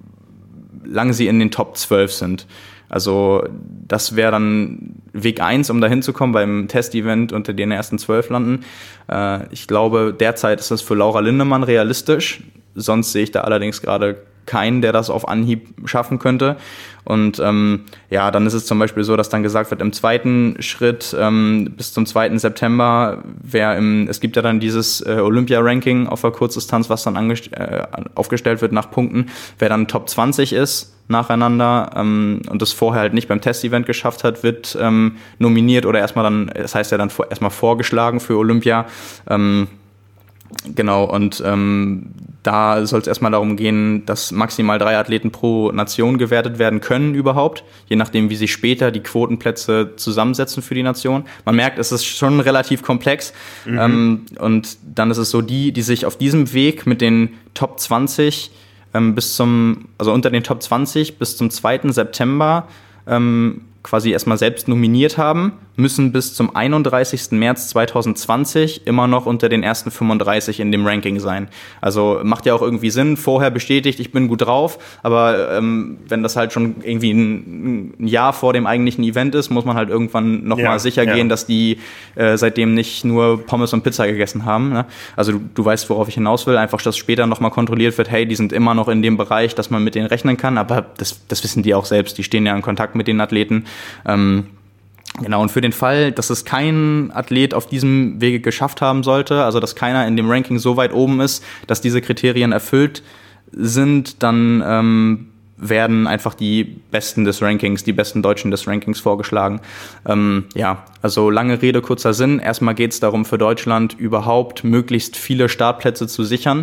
lange sie in den Top zwölf sind. Also das wäre dann Weg eins, um da hinzukommen beim Test-Event unter den ersten zwölf landen. Äh, ich glaube, derzeit ist das für Laura Lindemann realistisch. Sonst sehe ich da allerdings gerade keinen, der das auf Anhieb schaffen könnte. Und ähm, ja, dann ist es zum Beispiel so, dass dann gesagt wird, im zweiten Schritt ähm, bis zum zweiten September, wer im, es gibt ja dann dieses äh, Olympia-Ranking auf der Kurzdistanz, was dann angest- äh, aufgestellt wird nach Punkten, wer dann Top zwanzig ist nacheinander ähm, und das vorher halt nicht beim Test-Event geschafft hat, wird ähm, nominiert oder erstmal dann, das heißt ja dann vor, erstmal vorgeschlagen für Olympia. Ähm, Genau, und ähm, da soll es erstmal darum gehen, dass maximal drei Athleten pro Nation gewertet werden können überhaupt, je nachdem, wie sich später die Quotenplätze zusammensetzen für die Nation. Man merkt, es ist schon relativ komplex. Mhm. Ähm, und dann ist es so, die, die sich auf diesem Weg mit den Top zwanzig ähm, bis zum, also unter den Top zwanzig bis zum zweiten September ähm, quasi erstmal selbst nominiert haben, müssen bis zum einunddreißigsten März zweitausendzwanzig immer noch unter den ersten fünfunddreißig in dem Ranking sein. Also macht ja auch irgendwie Sinn, vorher bestätigt, ich bin gut drauf, aber ähm, wenn das halt schon irgendwie ein, ein Jahr vor dem eigentlichen Event ist, muss man halt irgendwann nochmal ja, sicher ja. gehen, dass die äh, seitdem nicht nur Pommes und Pizza gegessen haben. Ne? Also du, du weißt, worauf ich hinaus will, einfach, dass später nochmal kontrolliert wird, hey, die sind immer noch in dem Bereich, dass man mit denen rechnen kann, aber das, das wissen die auch selbst, die stehen ja in Kontakt mit den Athleten. Ähm, Genau, und für den Fall, dass es kein Athlet auf diesem Wege geschafft haben sollte, also dass keiner in dem Ranking so weit oben ist, dass diese Kriterien erfüllt sind, dann ähm, werden einfach die Besten des Rankings, die besten Deutschen des Rankings vorgeschlagen. Ähm, ja, also lange Rede, kurzer Sinn. Erstmal geht es darum, für Deutschland überhaupt möglichst viele Startplätze zu sichern.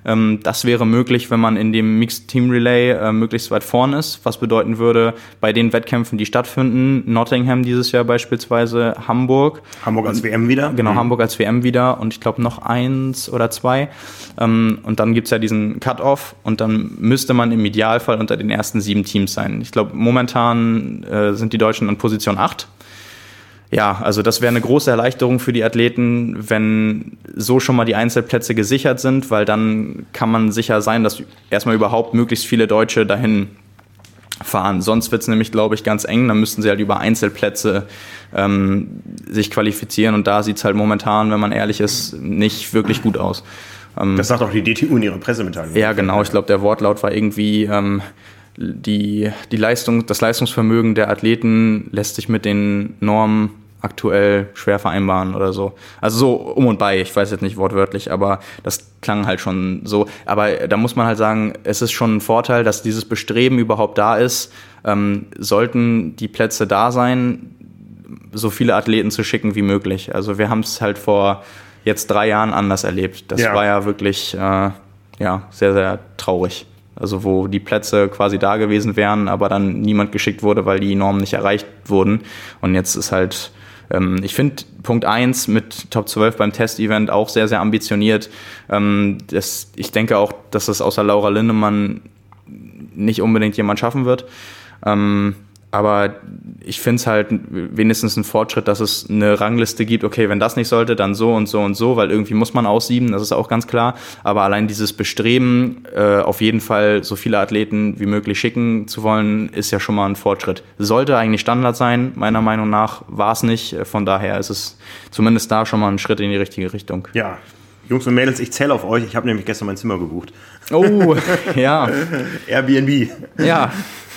Ähm, das wäre möglich, wenn man in dem Mixed Team Relay äh, möglichst weit vorn ist, was bedeuten würde, bei den Wettkämpfen, die stattfinden, Nottingham dieses Jahr beispielsweise, Hamburg. Hamburg als W M wieder? Genau, mhm. Hamburg als W M wieder und ich glaube noch eins oder zwei. Ähm, und dann gibt's ja diesen Cut-Off und dann müsste man im Idealfall unter den ersten sieben Teams sein. Ich glaube, momentan äh, sind die Deutschen an Position acht. Ja, also das wäre eine große Erleichterung für die Athleten, wenn so schon mal die Einzelplätze gesichert sind, weil dann kann man sicher sein, dass erstmal überhaupt möglichst viele Deutsche dahin fahren. Sonst wird's nämlich, glaube ich, ganz eng. Dann müssten sie halt über Einzelplätze ähm, sich qualifizieren und da sieht's halt momentan, wenn man ehrlich ist, nicht wirklich gut aus. Ähm, das sagt auch die D T U in ihrer Pressemitteilung. Ja, genau. Ich glaube, der Wortlaut war irgendwie... Ähm, Die, die Leistung, das Leistungsvermögen der Athleten lässt sich mit den Normen aktuell schwer vereinbaren oder so. Also so um und bei, ich weiß jetzt nicht wortwörtlich, aber das klang halt schon so. Aber da muss man halt sagen, es ist schon ein Vorteil, dass dieses Bestreben überhaupt da ist. Ähm, sollten die Plätze da sein, so viele Athleten zu schicken wie möglich. Also wir haben es halt vor jetzt drei Jahren anders erlebt. Das ja. war ja wirklich äh, ja, sehr, sehr traurig. Also wo die Plätze quasi da gewesen wären, aber dann niemand geschickt wurde, weil die Normen nicht erreicht wurden. Und jetzt ist halt, ähm, ich finde Punkt eins mit Top zwölf beim Testevent auch sehr, sehr ambitioniert. Ähm, das, ich denke auch, dass das außer Laura Lindemann nicht unbedingt jemand schaffen wird. Ähm, aber ich finde es halt wenigstens ein Fortschritt, dass es eine Rangliste gibt, okay, wenn das nicht sollte, dann so und so und so, weil irgendwie muss man aussieben, das ist auch ganz klar. Aber allein dieses Bestreben, äh, auf jeden Fall so viele Athleten wie möglich schicken zu wollen, ist ja schon mal ein Fortschritt. Sollte eigentlich Standard sein, meiner Meinung nach war es nicht. Von daher ist es zumindest da schon mal ein Schritt in die richtige Richtung. Ja, Jungs und Mädels, ich zähle auf euch. Ich habe nämlich gestern mein Zimmer gebucht. Oh, ja. Airbnb. Ja.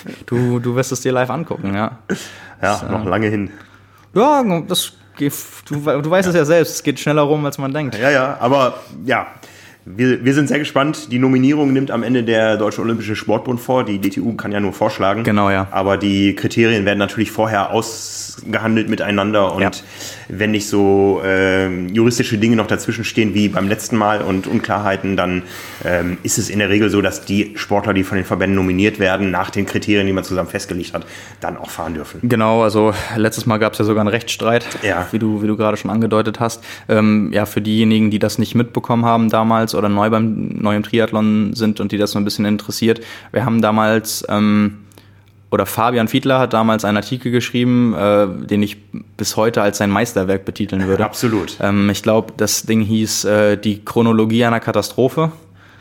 Du, du wirst es dir live angucken, ja. Ja, das, noch äh, lange hin. Ja, das, du, du weißt ja. es ja selbst, es geht schneller rum, als man denkt. Ja, ja, aber ja, wir, wir sind sehr gespannt. Die Nominierung nimmt am Ende der Deutsche Olympische Sportbund vor. Die D T U kann ja nur vorschlagen. Genau, ja. Aber die Kriterien werden natürlich vorher ausgehandelt miteinander und ja. wenn nicht so äh, juristische Dinge noch dazwischen stehen wie beim letzten Mal und Unklarheiten, dann ähm, ist es in der Regel so, dass die Sportler, die von den Verbänden nominiert werden, nach den Kriterien, die man zusammen festgelegt hat, dann auch fahren dürfen. Genau, also letztes Mal gab es ja sogar einen Rechtsstreit, ja. wie du, wie du gerade schon angedeutet hast. Ähm, ja, für diejenigen, die das nicht mitbekommen haben damals oder neu beim neu im Triathlon sind und die das so ein bisschen interessiert, wir haben damals ähm, oder Fabian Fiedler hat damals einen Artikel geschrieben, äh, den ich bis heute als sein Meisterwerk betiteln würde. Absolut. Ähm, ich glaube, das Ding hieß äh, Die Chronologie einer Katastrophe.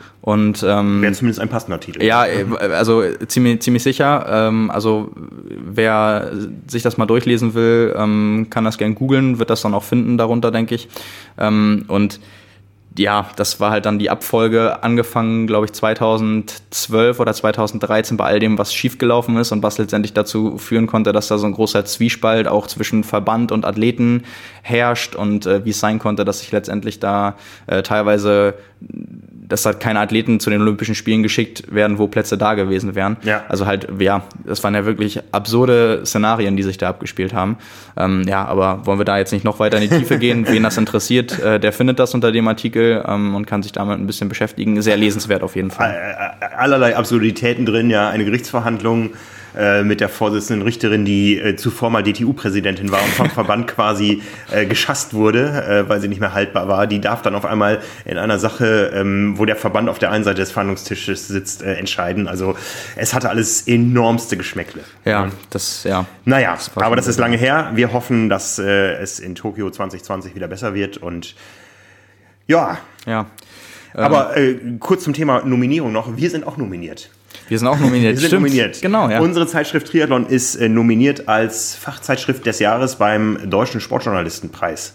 Und ähm, wäre zumindest ein passender Titel. Ja, also ziemlich, ziemlich sicher. Ähm, also wer sich das mal durchlesen will, ähm, kann das gern googeln, wird das dann auch finden darunter, denke ich. Ähm, und ja, das war halt dann die Abfolge, angefangen, glaube ich, zweitausendzwölf oder zweitausenddreizehn bei all dem, was schiefgelaufen ist und was letztendlich dazu führen konnte, dass da so ein großer Zwiespalt auch zwischen Verband und Athleten herrscht und äh, wie es sein konnte, dass sich letztendlich da äh, teilweise, dass halt keine Athleten zu den Olympischen Spielen geschickt werden, wo Plätze da gewesen wären. Ja. Also halt, ja, das waren ja wirklich absurde Szenarien, die sich da abgespielt haben. Ähm, ja, aber wollen wir da jetzt nicht noch weiter in die Tiefe gehen? Wen das interessiert, äh, der findet das unter dem Artikel ähm, und kann sich damit ein bisschen beschäftigen. Sehr lesenswert auf jeden Fall. Allerlei Absurditäten drin, ja, eine Gerichtsverhandlung äh, mit der Vorsitzenden Richterin, die äh, zuvor mal D T U-Präsidentin war und vom Verband quasi äh, geschasst wurde, äh, weil sie nicht mehr haltbar war. Die darf dann auf einmal in einer Sache, ähm, wo der Verband auf der einen Seite des Verhandlungstisches sitzt, äh, entscheiden. Also es hatte alles enormste Geschmäckle. Ja, das, ja. Naja, das aber das ist lange her. Wir hoffen, dass äh, es in Tokio zwanzig zwanzig wieder besser wird und ja. Ja. Aber äh, kurz zum Thema Nominierung noch. Wir sind auch nominiert. Wir sind auch nominiert. Wir sind Stimmt. nominiert. Genau, ja. Unsere Zeitschrift Triathlon ist äh, nominiert als Fachzeitschrift des Jahres beim Deutschen Sportjournalistenpreis.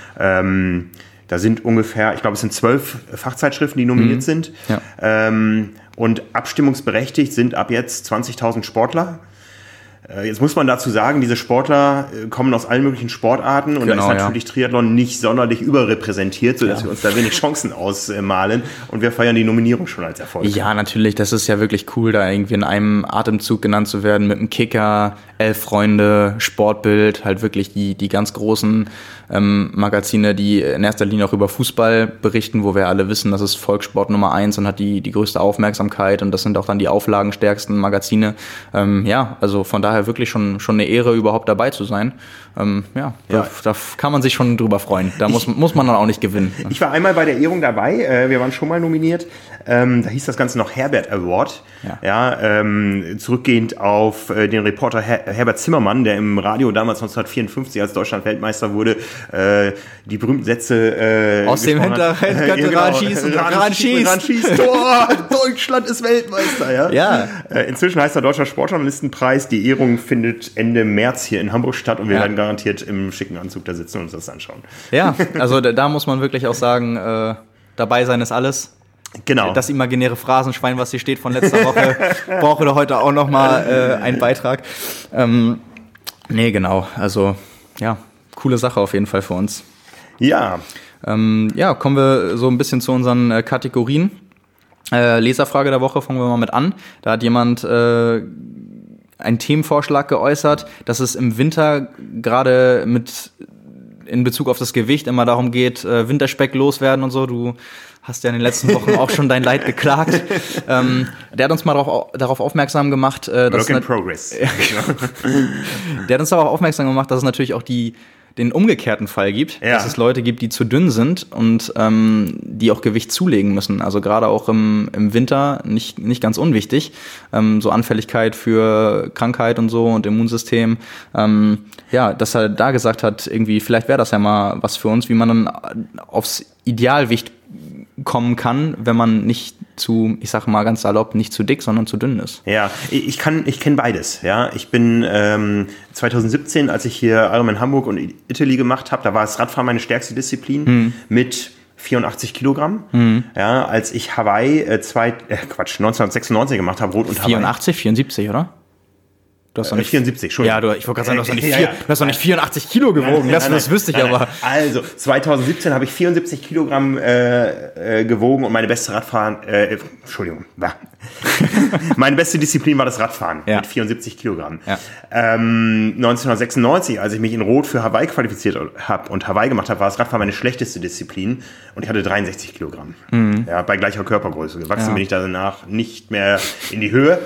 Ähm, da sind ungefähr, ich glaube, es sind zwölf Fachzeitschriften, die nominiert mhm. sind. Ja. Ähm, und abstimmungsberechtigt sind ab jetzt zwanzigtausend Sportler. Jetzt muss man dazu sagen, diese Sportler kommen aus allen möglichen Sportarten und genau, da ist natürlich ja. Triathlon nicht sonderlich überrepräsentiert, sodass ja. wir uns da wenig Chancen ausmalen und wir feiern die Nominierung schon als Erfolg. Ja, natürlich, das ist ja wirklich cool, da irgendwie in einem Atemzug genannt zu werden mit dem Kicker, Elf Freunde, Sportbild, halt wirklich die, die ganz großen ähm, Magazine, die in erster Linie auch über Fußball berichten, wo wir alle wissen, das ist Volkssport Nummer eins und hat die, die größte Aufmerksamkeit und das sind auch dann die auflagenstärksten Magazine. Ähm, ja, also von daher wirklich schon, schon eine Ehre, überhaupt dabei zu sein. Ähm, ja, ja. Da, da kann man sich schon drüber freuen. Da muss, ich, muss man dann auch nicht gewinnen. Ich war einmal bei der Ehrung dabei. Äh, wir waren schon mal nominiert. Ähm, da hieß das Ganze noch Herbert Award. Ja. Ja, ähm, zurückgehend auf äh, den Reporter Her- Herbert Zimmermann, der im Radio damals neunzehnhundertvierundfünfzig als Deutschland Weltmeister wurde, äh, die berühmten Sätze äh, aus dem Hinterhalt könnte Ran schießen. Ran schießt. Tor, Deutschland ist Weltmeister. Ja. Ja. Äh, inzwischen heißt der Deutscher Sportjournalistenpreis. Die Ehrung findet Ende März hier in Hamburg statt und wir ja. werden garantiert im schicken Anzug da sitzen und uns das anschauen. Ja, also da, da muss man wirklich auch sagen, äh, dabei sein ist alles. Genau. Das imaginäre Phrasenschwein, was hier steht von letzter Woche, brauche da heute auch nochmal äh, einen Beitrag. Ähm, nee, genau. Also, ja, coole Sache auf jeden Fall für uns. Ja. Ähm, ja, kommen wir so ein bisschen zu unseren äh, Kategorien. Äh, Leserfrage der Woche, fangen wir mal mit an. Da hat jemand äh, einen Themenvorschlag geäußert, dass es im Winter gerade mit in Bezug auf das Gewicht immer darum geht, äh, Winterspeck loswerden und so. Du hast ja in den letzten Wochen auch schon dein Leid geklagt. Ähm, der hat uns mal darauf, darauf aufmerksam gemacht, äh, dass Work in progress. Der hat uns darauf aufmerksam gemacht, dass es natürlich auch die den umgekehrten Fall gibt, ja. dass es Leute gibt, die zu dünn sind und ähm, die auch Gewicht zulegen müssen. Also gerade auch im, im Winter nicht, nicht ganz unwichtig. Ähm, so Anfälligkeit für Krankheit und so und Immunsystem. Ähm, ja, dass er da gesagt hat, irgendwie, vielleicht wäre das ja mal was für uns, wie man dann aufs Idealgewicht kommen kann, wenn man nicht zu, ich sag mal ganz salopp, nicht zu dick, sondern zu dünn ist. Ja, ich kann, ich kenne beides. Ja, ich bin ähm, zwanzig siebzehn, als ich hier Ironman Hamburg und Italy gemacht habe, da war das Radfahren meine stärkste Disziplin hm. mit vierundachtzig Kilogramm. Hm. Ja, als ich Hawaii äh, zwei, äh, Quatsch, neunzehnhundertsechsundneunzig gemacht habe, Rot und Hawaii. vierundachtzig, vierundsiebzig, oder? Du hast doch nicht vierundsiebzig, schon. Ja, du, ich wollte gerade sagen, du hast, doch nicht vier, ja, ja. du hast doch nicht vierundachtzig Kilo gewogen. Nein, das, nein, das wüsste ich nein, aber. Also, zwanzig siebzehn habe ich vierundsiebzig Kilogramm äh, äh, gewogen und meine beste Radfahren, äh, Entschuldigung, meine beste Disziplin war das Radfahren ja. mit vierundsiebzig Kilogramm. Ja. Ähm, neunzehnhundertsechsundneunzig, als ich mich in Rot für Hawaii qualifiziert habe und Hawaii gemacht habe, war das Radfahren meine schlechteste Disziplin und ich hatte dreiundsechzig Kilogramm. Mhm. Ja, bei gleicher Körpergröße. Gewachsen ja. bin ich danach nicht mehr in die Höhe.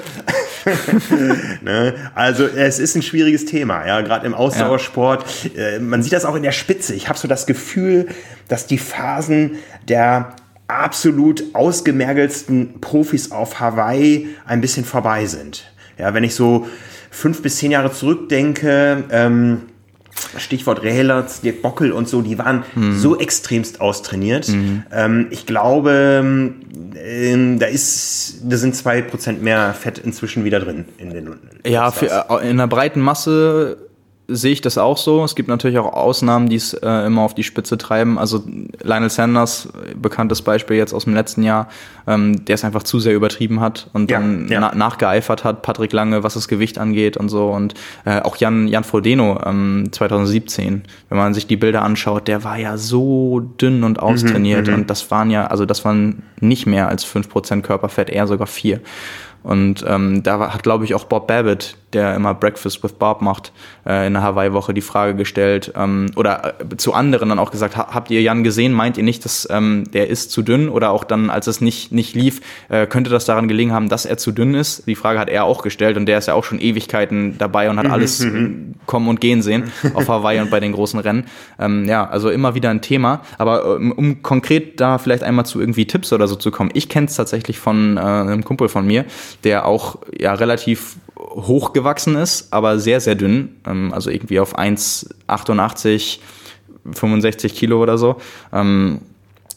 Ne? Also es ist ein schwieriges Thema, ja, gerade im Ausdauersport. Ja. Äh, man sieht das auch in der Spitze. Ich habe so das Gefühl, dass die Phasen der absolut ausgemergelsten Profis auf Hawaii ein bisschen vorbei sind. Ja, wenn ich so fünf bis zehn Jahre zurückdenke, ähm, Stichwort Rehlertz, Dirk Bockel und so, die waren mhm. so extremst austrainiert. Mhm. Ähm, ich glaube, äh, da ist, da sind zwei Prozent mehr Fett inzwischen wieder drin in den Ja, für, in einer breiten Masse sehe ich das auch so. Es gibt natürlich auch Ausnahmen, die es äh, immer auf die Spitze treiben. Also Lionel Sanders, bekanntes Beispiel jetzt aus dem letzten Jahr, ähm, der es einfach zu sehr übertrieben hat und ja, dann ja. Na- nachgeeifert hat. Patrick Lange, was das Gewicht angeht und so. Und äh, auch Jan, Jan Frodeno ähm, zwanzig siebzehn, wenn man sich die Bilder anschaut, der war ja so dünn und austrainiert. Mhm, und das waren ja, also das waren nicht mehr als fünf Prozent Körperfett, eher sogar vier. Und ähm, da hat, glaube ich, auch Bob Babbitt, der immer Breakfast with Bob macht, äh, in der Hawaii-Woche die Frage gestellt, ähm, oder äh, zu anderen dann auch gesagt, ha- habt ihr Jan gesehen, meint ihr nicht, dass ähm, der ist zu dünn? Oder auch dann, als es nicht nicht lief, äh, könnte das daran gelegen haben, dass er zu dünn ist? Die Frage hat er auch gestellt und der ist ja auch schon Ewigkeiten dabei und hat alles kommen und gehen sehen auf Hawaii und bei den großen Rennen. Ähm, ja, also immer wieder ein Thema. Aber um, um konkret da vielleicht einmal zu irgendwie Tipps oder so zu kommen, ich kenne es tatsächlich von äh, einem Kumpel von mir, der auch ja relativ hoch gewachsen ist, aber sehr, sehr dünn, ähm, also irgendwie auf eins Komma achtundachtzig, fünfundsechzig Kilo oder so. Ähm,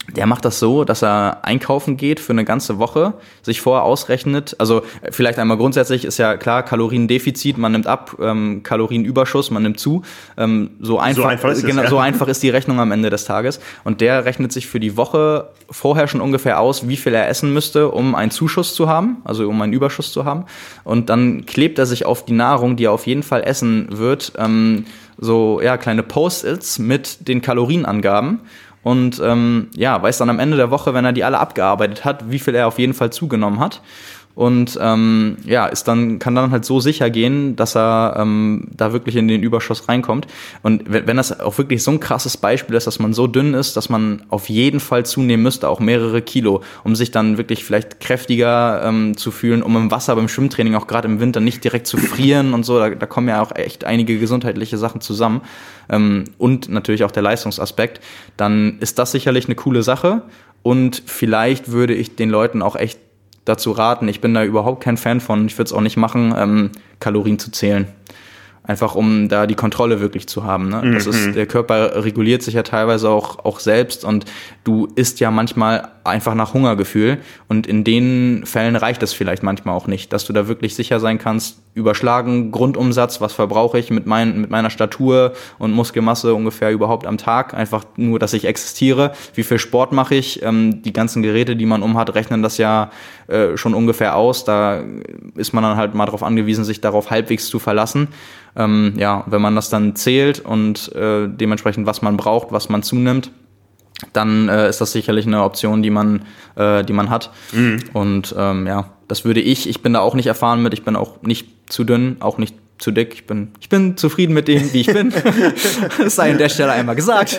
Der macht das so, dass er einkaufen geht für eine ganze Woche, sich vorher ausrechnet, also vielleicht einmal grundsätzlich ist ja klar, Kaloriendefizit, man nimmt ab, ähm, Kalorienüberschuss, man nimmt zu. Ähm, so, einfach, so, einfach ist es, genau, ja. so einfach ist die Rechnung am Ende des Tages. Und der rechnet sich für die Woche vorher schon ungefähr aus, wie viel er essen müsste, um einen Zuschuss zu haben, also um einen Überschuss zu haben. Und dann klebt er sich auf die Nahrung, die er auf jeden Fall essen wird, ähm, so ja kleine Post-its mit den Kalorienangaben. Und ähm, ja, weiß dann am Ende der Woche, wenn er die alle abgearbeitet hat, wie viel er auf jeden Fall zugenommen hat. Und ähm, ja, ist dann kann dann halt so sicher gehen, dass er ähm, da wirklich in den Überschuss reinkommt. Und wenn, wenn das auch wirklich so ein krasses Beispiel ist, dass man so dünn ist, dass man auf jeden Fall zunehmen müsste, auch mehrere Kilo, um sich dann wirklich vielleicht kräftiger ähm, zu fühlen, um im Wasser beim Schwimmtraining auch gerade im Winter nicht direkt zu frieren und so. Da, da kommen ja auch echt einige gesundheitliche Sachen zusammen. Ähm, und natürlich auch der Leistungsaspekt. Dann ist das sicherlich eine coole Sache. Und vielleicht würde ich den Leuten auch echt dazu raten, ich bin da überhaupt kein Fan von, ich würde es auch nicht machen, ähm, Kalorien zu zählen. Einfach um da die Kontrolle wirklich zu haben. Ne? Das mhm. ist, der Körper reguliert sich ja teilweise auch, auch selbst und du isst ja manchmal einfach nach Hungergefühl und in den Fällen reicht es vielleicht manchmal auch nicht, dass du da wirklich sicher sein kannst, überschlagen, Grundumsatz, was verbrauche ich mit, mein, mit meiner Statur und Muskelmasse ungefähr überhaupt am Tag, einfach nur, dass ich existiere, wie viel Sport mache ich, ähm, die ganzen Geräte, die man umhat, rechnen das ja äh, schon ungefähr aus, da ist man dann halt mal darauf angewiesen, sich darauf halbwegs zu verlassen. Ähm, ja, wenn man das dann zählt und äh, dementsprechend, was man braucht, was man zunimmt, dann äh, ist das sicherlich eine Option, die man, äh, die man hat. Mhm. Und ähm, ja, das würde ich, ich bin da auch nicht erfahren mit, ich bin auch nicht zu dünn, auch nicht zu dick. Ich bin, ich bin zufrieden mit dem, wie ich bin. Das sei an der Stelle einmal gesagt.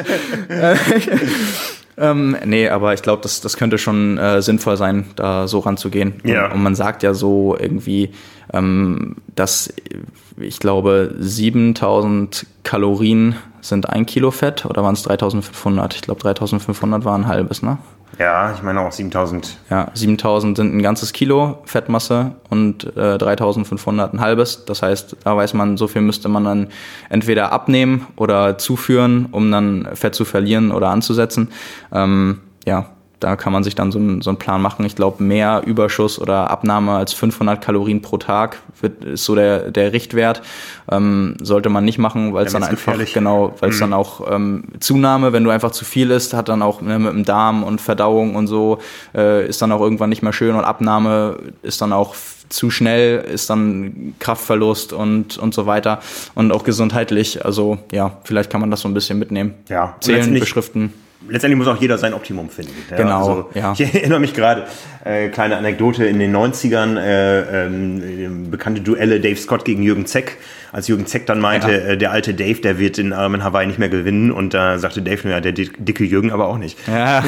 Ähm, nee, aber ich glaube, das, das könnte schon äh, sinnvoll sein, da so ranzugehen. Ja. Und, und man sagt ja so irgendwie, ähm, dass ich glaube, siebentausend Kalorien sind ein Kilo Fett oder waren es dreitausendfünfhundert? Ich glaube, dreitausendfünfhundert war ein halbes, ne? Ja, ich meine auch siebentausend. Ja, siebentausend sind ein ganzes Kilo Fettmasse und äh, dreitausendfünfhundert ein halbes. Das heißt, da weiß man, so viel müsste man dann entweder abnehmen oder zuführen, um dann Fett zu verlieren oder anzusetzen. Ähm, ja, da kann man sich dann so, ein, so einen Plan machen. Ich glaube, mehr Überschuss oder Abnahme als fünfhundert Kalorien pro Tag wird, ist so der, der Richtwert. Ähm, sollte man nicht machen, weil es dann einfach, gefährlich. genau, weil es mhm. dann auch ähm, Zunahme, wenn du einfach zu viel isst, hat dann auch ne, mit dem Darm und Verdauung und so, äh, ist dann auch irgendwann nicht mehr schön und Abnahme ist dann auch zu schnell, ist dann Kraftverlust und, und so weiter und auch gesundheitlich. Also ja, vielleicht kann man das so ein bisschen mitnehmen. Ja, zählen, beschriften. Letztendlich muss auch jeder sein Optimum finden. Ja, genau, also, ja. Ich erinnere mich gerade, äh, kleine Anekdote, in den neunzigern, äh, ähm, bekannte Duelle Dave Scott gegen Jürgen Zeck. Als Jürgen Zeck dann meinte, ja. äh, der alte Dave, der wird in, ähm, in Hawaii nicht mehr gewinnen. Und da äh, sagte Dave, ja, der dicke Jürgen aber auch nicht. Ja,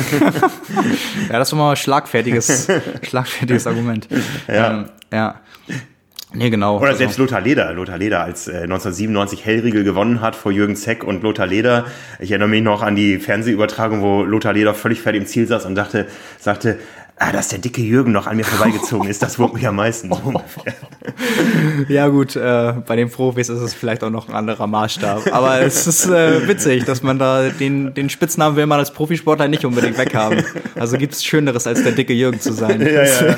ja, das ist immer ein schlagfertiges, schlagfertiges Argument. Ja. Ähm, ja. Nee, genau. Oder selbst Lothar Leder. Lothar Leder, als äh, neunzehnhundertsiebenundneunzig Hellriegel gewonnen hat vor Jürgen Zeck und Lothar Leder. Ich erinnere mich noch an die Fernsehübertragung, wo Lothar Leder völlig fertig im Ziel saß und dachte, sagte, ah, dass der dicke Jürgen noch an mir vorbeigezogen ist, das wurmt mich am meisten. So ungefähr. Ja gut, äh, bei den Profis ist es vielleicht auch noch ein anderer Maßstab. Aber es ist äh, witzig, dass man da den, den Spitznamen will man als Profisportler nicht unbedingt weghaben. Also gibt es Schöneres, als der dicke Jürgen zu sein. Ja, ja.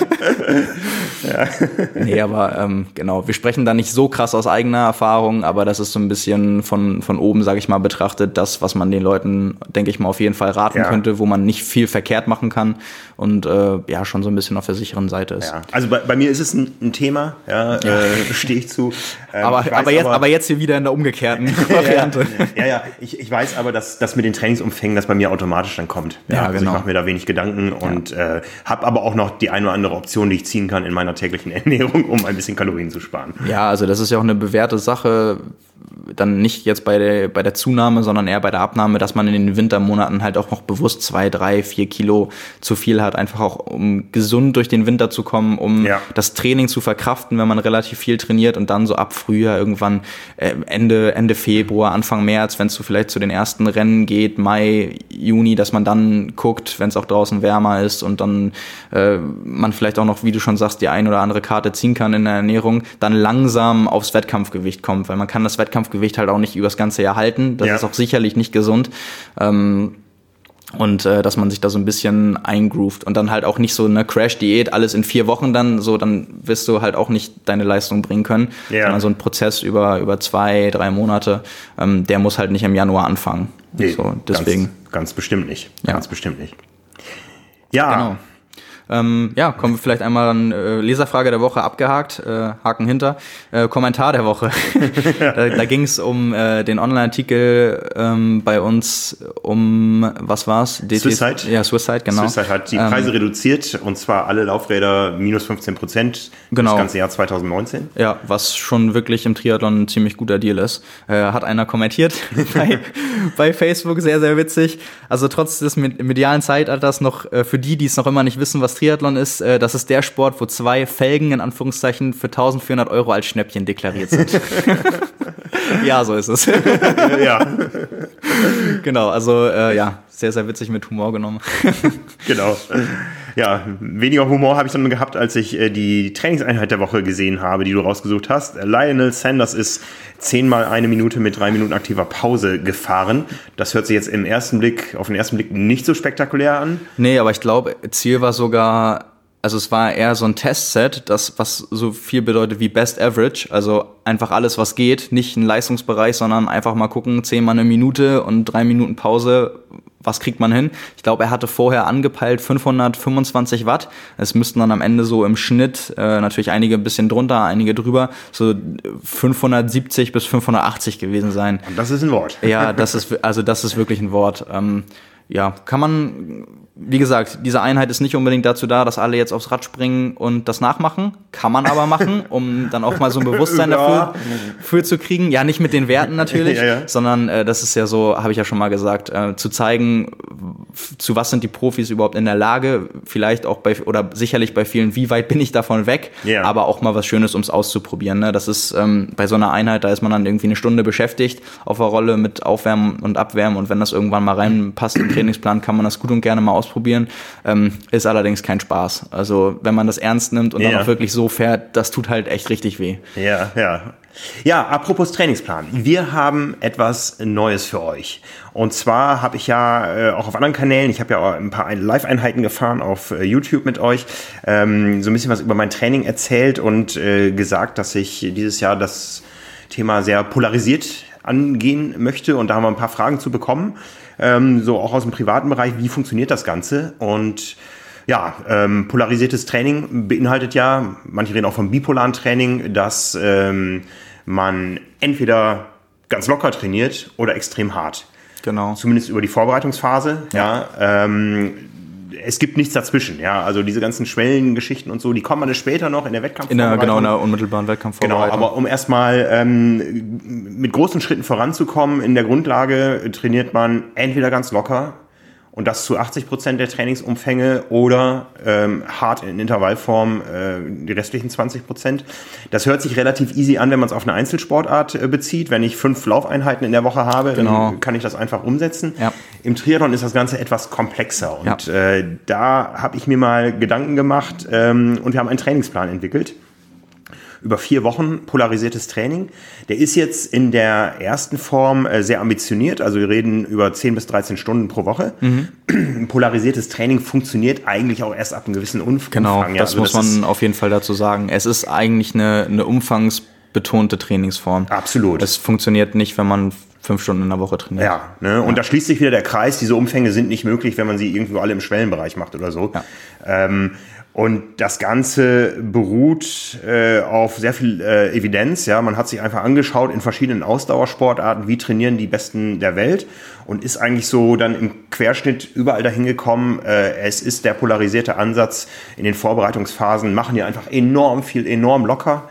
Ja. Nee, aber ähm, genau, wir sprechen da nicht so krass aus eigener Erfahrung, aber das ist so ein bisschen von, von oben, sage ich mal, betrachtet, das, was man den Leuten, denke ich mal, auf jeden Fall raten ja. könnte, wo man nicht viel verkehrt machen kann und äh, ja, schon so ein bisschen auf der sicheren Seite ist. Ja. Also bei, bei mir ist es ein, ein Thema, ja, ja. Äh, stehe ich zu. Ähm, aber, ich weiß, aber, jetzt, aber, aber jetzt hier wieder in der umgekehrten Variante. Ja, ja, ja. Ich, ich weiß aber, dass das mit den Trainingsumfängen, das bei mir automatisch dann kommt. Ja, ja, also genau. Ich mache mir da wenig Gedanken ja. und äh, habe aber auch noch die eine oder andere Option, die ich ziehen kann in meiner täglichen Ernährung, um ein bisschen Kalorien zu sparen. Ja, also das ist ja auch eine bewährte Sache, dann nicht jetzt bei der, bei der Zunahme, sondern eher bei der Abnahme, dass man in den Wintermonaten halt auch noch bewusst zwei, drei, vier Kilo zu viel hat, einfach auch um gesund durch den Winter zu kommen, um ja. das Training zu verkraften, wenn man relativ viel trainiert und dann so ab Frühjahr irgendwann äh, Ende, Ende Februar, Anfang März, wenn es so vielleicht zu den ersten Rennen geht, Mai, Juni, dass man dann guckt, wenn es auch draußen wärmer ist und dann äh, man vielleicht auch noch, wie du schon sagst, die ein oder andere Karte ziehen kann in der Ernährung, dann langsam aufs Wettkampfgewicht kommt, weil man kann das Wettkampfgewicht halt auch nicht übers ganze Jahr halten. Das ja. ist auch sicherlich nicht gesund. Ähm, Und äh, dass man sich da so ein bisschen eingroovt und dann halt auch nicht so eine Crash-Diät, alles in vier Wochen dann, so dann wirst du halt auch nicht deine Leistung bringen können, ja. sondern so ein Prozess über über zwei, drei Monate, ähm, der muss halt nicht im Januar anfangen. Nee, so, deswegen. Ganz, ganz bestimmt nicht. Ja. Ganz bestimmt nicht. Ja. Genau. Ähm, ja, kommen wir vielleicht einmal an äh, Leserfrage der Woche abgehakt, äh, Haken hinter. Äh, Kommentar der Woche. da da ging es um äh, den Online-Artikel ähm, bei uns um, was war's? D T Swisside. Ja, Swisside, genau. Swisside hat die Preise ähm, reduziert und zwar alle Laufräder minus fünfzehn Prozent genau. das ganze Jahr zwanzig neunzehn. Ja, was schon wirklich im Triathlon ein ziemlich guter Deal ist. Äh, hat einer kommentiert bei, bei Facebook, sehr, sehr witzig. Also trotz des medialen Zeitalters noch, äh, für die, die es noch immer nicht wissen, was Triathlon ist, äh, das ist der Sport, wo zwei Felgen in Anführungszeichen für eintausendvierhundert Euro als Schnäppchen deklariert sind. Ja, so ist es. Ja. Genau, also äh, ja, sehr, sehr witzig mit Humor genommen. Genau. Ja, weniger Humor habe ich dann gehabt, als ich äh, die Trainingseinheit der Woche gesehen habe, die du rausgesucht hast. Lionel Sanders ist zehnmal eine Minute mit drei Minuten aktiver Pause gefahren. Das hört sich jetzt im ersten Blick, auf den ersten Blick nicht so spektakulär an. Nee, aber ich glaube, Ziel war sogar, also es war eher so ein Testset, das was so viel bedeutet wie Best Average, also einfach alles, was geht, nicht ein Leistungsbereich, sondern einfach mal gucken, zehnmal eine Minute und drei Minuten Pause, was kriegt man hin? Ich glaube, er hatte vorher angepeilt fünfhundertfünfundzwanzig Watt. Es müssten dann am Ende so im Schnitt, äh, natürlich einige ein bisschen drunter, einige drüber, so fünfhundertsiebzig bis fünfhundertachtzig gewesen sein. Und das ist ein Wort. Ja, das ist, also das ist wirklich ein Wort. Ähm, ja, kann man, wie gesagt, diese Einheit ist nicht unbedingt dazu da, dass alle jetzt aufs Rad springen und das nachmachen. Kann man aber machen, um dann auch mal so ein Bewusstsein ja. dafür, dafür zu kriegen. Ja, nicht mit den Werten natürlich, ja, ja. sondern äh, das ist ja so, habe ich ja schon mal gesagt, äh, zu zeigen, zu was sind die Profis überhaupt in der Lage, vielleicht auch bei, oder sicherlich bei vielen, wie weit bin ich davon weg, ja. aber auch mal was Schönes, ums auszuprobieren. Ne? Das ist ähm, bei so einer Einheit, da ist man dann irgendwie eine Stunde beschäftigt auf der Rolle mit Aufwärmen und Abwärmen und wenn das irgendwann mal reinpasst im Trainingsplan, kann man das gut und gerne mal ausprobieren. Ähm, ist allerdings kein Spaß. Also wenn man das ernst nimmt und ja. dann auch wirklich so fährt, das tut halt echt richtig weh. Ja, ja. Ja, apropos Trainingsplan. Wir haben etwas Neues für euch. Und zwar habe ich ja äh, auch auf anderen Kanälen, ich habe ja auch ein paar Live-Einheiten gefahren auf äh, YouTube mit euch, ähm, so ein bisschen was über mein Training erzählt und äh, gesagt, dass ich dieses Jahr das Thema sehr polarisiert angehen möchte. Und da haben wir ein paar Fragen zu bekommen, ähm, so auch aus dem privaten Bereich. Wie funktioniert das Ganze? Und ja, ähm, polarisiertes Training beinhaltet ja, manche reden auch vom bipolaren Training, dass ähm, man entweder ganz locker trainiert oder extrem hart. Genau. Zumindest über die Vorbereitungsphase. Ja. Ja ähm, es gibt nichts dazwischen. Ja, also diese ganzen Schwellengeschichten und so, die kommen alle später noch in der Wettkampfvorbereitung. In der, genau, in der unmittelbaren Wettkampfvorbereitung. Genau, aber um erstmal ähm, mit großen Schritten voranzukommen, in der Grundlage trainiert man entweder ganz locker, und das zu achtzig Prozent der Trainingsumfänge oder ähm, hart in Intervallform äh, die restlichen zwanzig Prozent. Das hört sich relativ easy an, wenn man es auf eine Einzelsportart äh, bezieht. Wenn ich fünf Laufeinheiten in der Woche habe, genau. dann kann ich das einfach umsetzen. Ja. Im Triathlon ist das Ganze etwas komplexer. Und ja. äh, da habe ich mir mal Gedanken gemacht ähm, und wir haben einen Trainingsplan entwickelt. Über vier Wochen polarisiertes Training. Der ist jetzt in der ersten Form äh, sehr ambitioniert. Also wir reden über zehn bis dreizehn Stunden pro Woche. Mhm. Polarisiertes Training funktioniert eigentlich auch erst ab einem gewissen Umfang. Genau, ja, das also muss das man auf jeden Fall dazu sagen. Es ist eigentlich eine, eine umfangsbetonte Trainingsform. Absolut. Es funktioniert nicht, wenn man fünf Stunden in der Woche trainiert. Ja, ne? Und ja. da schließt sich wieder der Kreis. Diese Umfänge sind nicht möglich, wenn man sie irgendwo alle im Schwellenbereich macht oder so. Ja. Ähm, Und das Ganze beruht äh, auf sehr viel äh, Evidenz. Ja, man hat sich einfach angeschaut in verschiedenen Ausdauersportarten, wie trainieren die Besten der Welt und ist eigentlich so dann im Querschnitt überall dahin gekommen. Äh, es ist der polarisierte Ansatz in den Vorbereitungsphasen, machen die einfach enorm viel, enorm locker.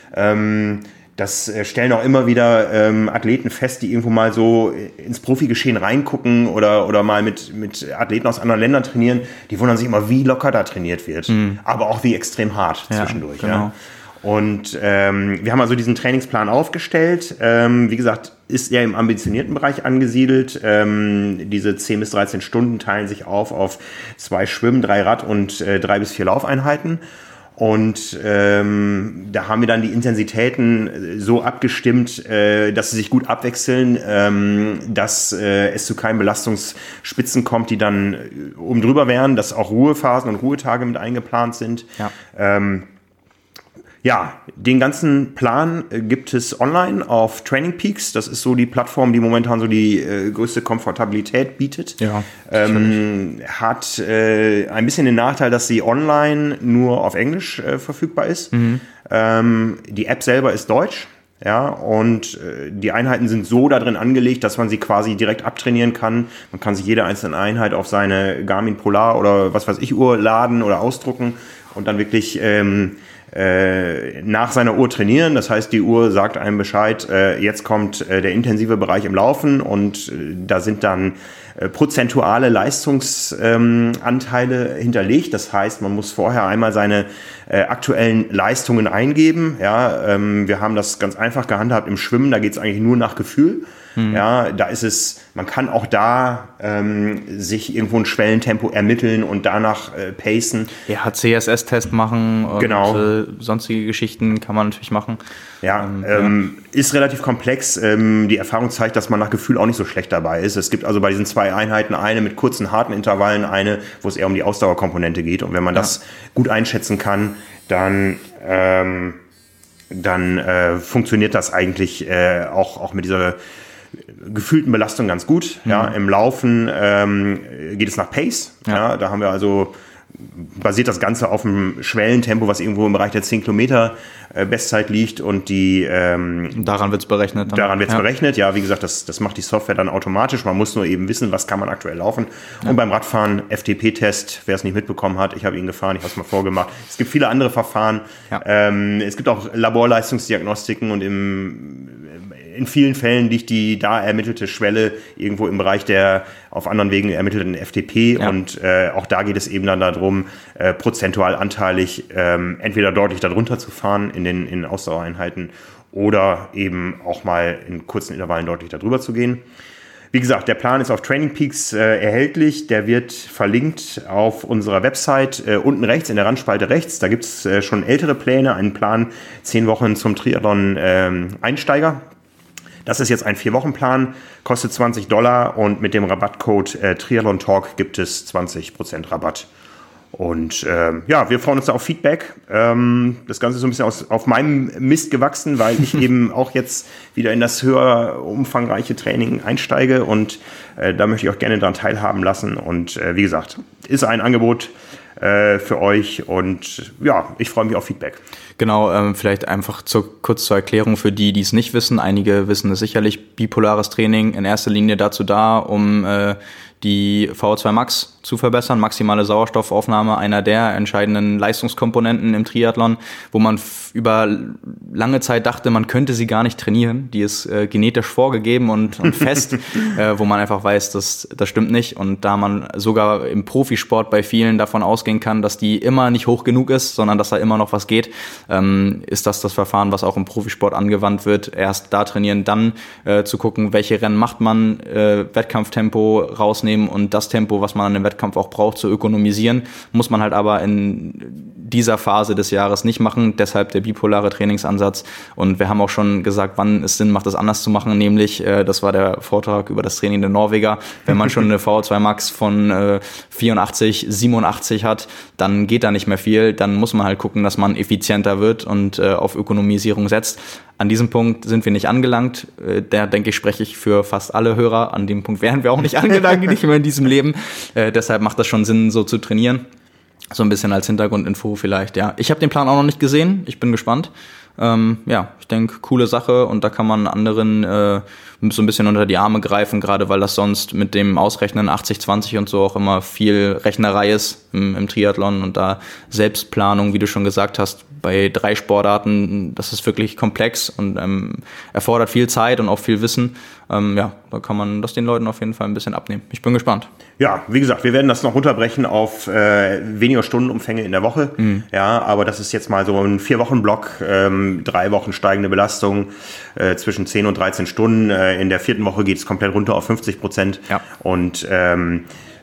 Ähm, Das stellen auch immer wieder ähm, Athleten fest, die irgendwo mal so ins Profigeschehen reingucken oder, oder mal mit, mit Athleten aus anderen Ländern trainieren. Die wundern sich immer, wie locker da trainiert wird. Mhm. Aber auch wie extrem hart ja, zwischendurch. Genau. Ja. Und ähm, wir haben also diesen Trainingsplan aufgestellt. Ähm, wie gesagt, ist eher im ambitionierten Bereich angesiedelt. Ähm, diese zehn bis dreizehn Stunden teilen sich auf auf zwei Schwimmen, drei Rad und äh, drei bis vier Laufeinheiten. Und ähm, da haben wir dann die Intensitäten so abgestimmt, äh, dass sie sich gut abwechseln, ähm, dass äh, es zu keinen Belastungsspitzen kommt, die dann äh, oben drüber wären, dass auch Ruhephasen und Ruhetage mit eingeplant sind. Ja. Ähm, Ja, den ganzen Plan äh, gibt es online auf Training Peaks. Das ist so die Plattform, die momentan so die äh, größte Komfortabilität bietet. Ja, ähm, hat äh, ein bisschen den Nachteil, dass sie online nur auf Englisch äh, verfügbar ist. Mhm. Ähm, die App selber ist deutsch. Ja, und äh, die Einheiten sind so da drin angelegt, dass man sie quasi direkt abtrainieren kann. Man kann sich jede einzelne Einheit auf seine Garmin Polar oder was weiß ich Uhr laden oder ausdrucken und dann wirklich ähm, äh, nach seiner Uhr trainieren. Das heißt, die Uhr sagt einem Bescheid, äh, jetzt kommt äh, der intensive Bereich im Laufen und äh, da sind dann äh, prozentuale Leistungsanteile ähm, hinterlegt. Das heißt, man muss vorher einmal seine äh, aktuellen Leistungen eingeben. Ja, ähm, wir haben das ganz einfach gehandhabt im Schwimmen, da geht es eigentlich nur nach Gefühl. Mhm. Ja, da ist es, man kann auch da ähm, sich irgendwo ein Schwellentempo ermitteln und danach äh, pacen. Ja, C S S-Test machen und genau. äh, sonstige Geschichten kann man natürlich machen. Ja, ähm, ähm, ja, ist relativ komplex. Ähm, die Erfahrung zeigt, dass man nach Gefühl auch nicht so schlecht dabei ist. Es gibt also bei diesen zwei Einheiten eine mit kurzen, harten Intervallen, eine, wo es eher um die Ausdauerkomponente geht. Und wenn man ja. das gut einschätzen kann, dann... Ähm, dann äh, funktioniert das eigentlich äh, auch, auch mit dieser gefühlten Belastung ganz gut. Mhm. Ja, im Laufen ähm, geht es nach Pace. Ja. Ja, da haben wir also, basiert das Ganze auf dem Schwellentempo, was irgendwo im Bereich der zehn Kilometer äh, Bestzeit liegt und die ähm, daran wird es berechnet. Dann. Daran wird es ja. berechnet. Ja, wie gesagt, das, das macht die Software dann automatisch. Man muss nur eben wissen, was kann man aktuell laufen. Ja. Und beim Radfahren F T P-Test, wer es nicht mitbekommen hat, ich habe ihn gefahren, ich habe es mal vorgemacht. Es gibt viele andere Verfahren. Ja. Ähm, es gibt auch Laborleistungsdiagnostiken und im in vielen Fällen liegt die da ermittelte Schwelle irgendwo im Bereich der auf anderen Wegen ermittelten F T P. Ja. Und äh, auch da geht es eben dann darum, äh, prozentual anteilig ähm, entweder deutlich darunter zu fahren in den in Ausdauereinheiten oder eben auch mal in kurzen Intervallen deutlich darüber zu gehen. Wie gesagt, der Plan ist auf Training Peaks äh, erhältlich. Der wird verlinkt auf unserer Website äh, unten rechts, in der Randspalte rechts. Da gibt es äh, schon ältere Pläne, einen Plan, zehn Wochen zum Triathlon ähm, Einsteiger. Das ist jetzt ein Vier-Wochen-Plan, kostet zwanzig Dollar und mit dem Rabattcode äh, Triathlon Talk gibt es zwanzig Prozent Rabatt. Und ähm, ja, wir freuen uns da auf Feedback. Ähm, das Ganze ist so ein bisschen aus, auf meinem Mist gewachsen, weil ich eben auch jetzt wieder in das höher umfangreiche Training einsteige und äh, da möchte ich auch gerne daran teilhaben lassen. Und äh, wie gesagt, ist ein Angebot äh, für euch und ja, ich freue mich auf Feedback. Genau, ähm, vielleicht einfach zur, kurz zur Erklärung für die, die es nicht wissen. Einige wissen es sicherlich. Bipolares Training in erster Linie dazu da, um äh, die V O zwei Max zu verbessern, maximale Sauerstoffaufnahme, einer der entscheidenden Leistungskomponenten im Triathlon, wo man f- über lange Zeit dachte, man könnte sie gar nicht trainieren. Die ist äh, genetisch vorgegeben und, und fest, äh, wo man einfach weiß, das, das stimmt nicht. Und da man sogar im Profisport bei vielen davon ausgehen kann, dass die immer nicht hoch genug ist, sondern dass da immer noch was geht, ähm, ist das das Verfahren, was auch im Profisport angewandt wird. Erst da trainieren, dann äh, zu gucken, welche Rennen macht man, äh, Wettkampftempo rausnehmen und das Tempo, was man an dem Wettkampf auch braucht, zu ökonomisieren, muss man halt aber in dieser Phase des Jahres nicht machen, deshalb der bipolare Trainingsansatz. Und wir haben auch schon gesagt, wann es Sinn macht, das anders zu machen, nämlich, äh, das war der Vortrag über das Training der Norweger, wenn man schon eine V O zwei Max von äh, vierundachtzig, siebenundachtzig hat, dann geht da nicht mehr viel, dann muss man halt gucken, dass man effizienter wird und äh, auf Ökonomisierung setzt. An diesem Punkt sind wir nicht angelangt. Äh, da denke ich, spreche ich für fast alle Hörer. An dem Punkt wären wir auch nicht angelangt, nicht mehr in diesem Leben. Äh, deshalb macht das schon Sinn, so zu trainieren. So ein bisschen als Hintergrundinfo vielleicht, ja. Ich habe den Plan auch noch nicht gesehen. Ich bin gespannt. Ähm, ja, ich denke, coole Sache und da kann man anderen äh, so ein bisschen unter die Arme greifen, gerade weil das sonst mit dem Ausrechnen achtzig zwanzig und so auch immer viel Rechnerei ist im, im Triathlon und da Selbstplanung, wie du schon gesagt hast, bei drei Sportarten, das ist wirklich komplex und ähm, erfordert viel Zeit und auch viel Wissen. Ähm, ja, da kann man das den Leuten auf jeden Fall ein bisschen abnehmen. Ich bin gespannt. Ja, wie gesagt, wir werden das noch runterbrechen auf äh, weniger Stundenumfänge in der Woche. Mhm. Ja, aber das ist jetzt mal so ein Vier-Wochen-Block, ähm, drei Wochen steigende Belastung äh, zwischen zehn und dreizehn Stunden. Äh, in der vierten Woche geht es komplett runter auf fünfzig Prozent. Ja. Und ähm,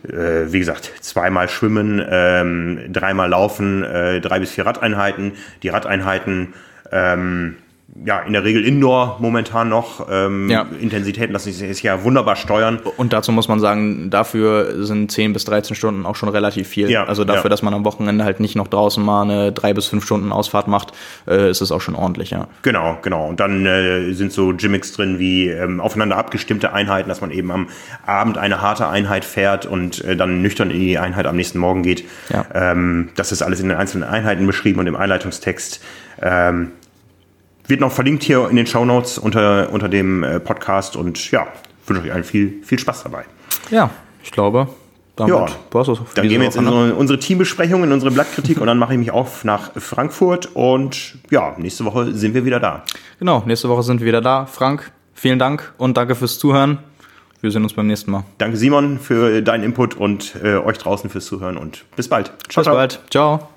äh, wie gesagt, zweimal schwimmen, ähm, dreimal laufen, äh, drei bis vier Radeinheiten. Die Radeinheiten, ähm, ja, in der Regel Indoor momentan noch. Ähm, ja. Intensitäten lassen sich ja wunderbar steuern. Und dazu muss man sagen, dafür sind zehn bis dreizehn Stunden auch schon relativ viel. Ja, also dafür, ja. dass man am Wochenende halt nicht noch draußen mal eine drei bis fünf Stunden Ausfahrt macht, äh, ist es auch schon ordentlich, ja. Genau, genau. Und dann äh, sind so Gimmicks drin wie ähm, aufeinander abgestimmte Einheiten, dass man eben am Abend eine harte Einheit fährt und äh, dann nüchtern in die Einheit am nächsten Morgen geht. Ja. Ähm, das ist alles in den einzelnen Einheiten beschrieben und im Einleitungstext. Ähm, Wird noch verlinkt hier in den Shownotes unter, unter dem äh, Podcast und ja, wünsche euch allen viel, viel Spaß dabei. Ja, ich glaube, damit ja, dann gehen wir jetzt in so unsere Teambesprechung, in unsere Blattkritik und dann mache ich mich auf nach Frankfurt und ja, nächste Woche sind wir wieder da. Genau, nächste Woche sind wir wieder da. Frank, vielen Dank und danke fürs Zuhören. Wir sehen uns beim nächsten Mal. Danke Simon für deinen Input und äh, euch draußen fürs Zuhören und bis bald. Ciao, bis ciao. bald. Ciao.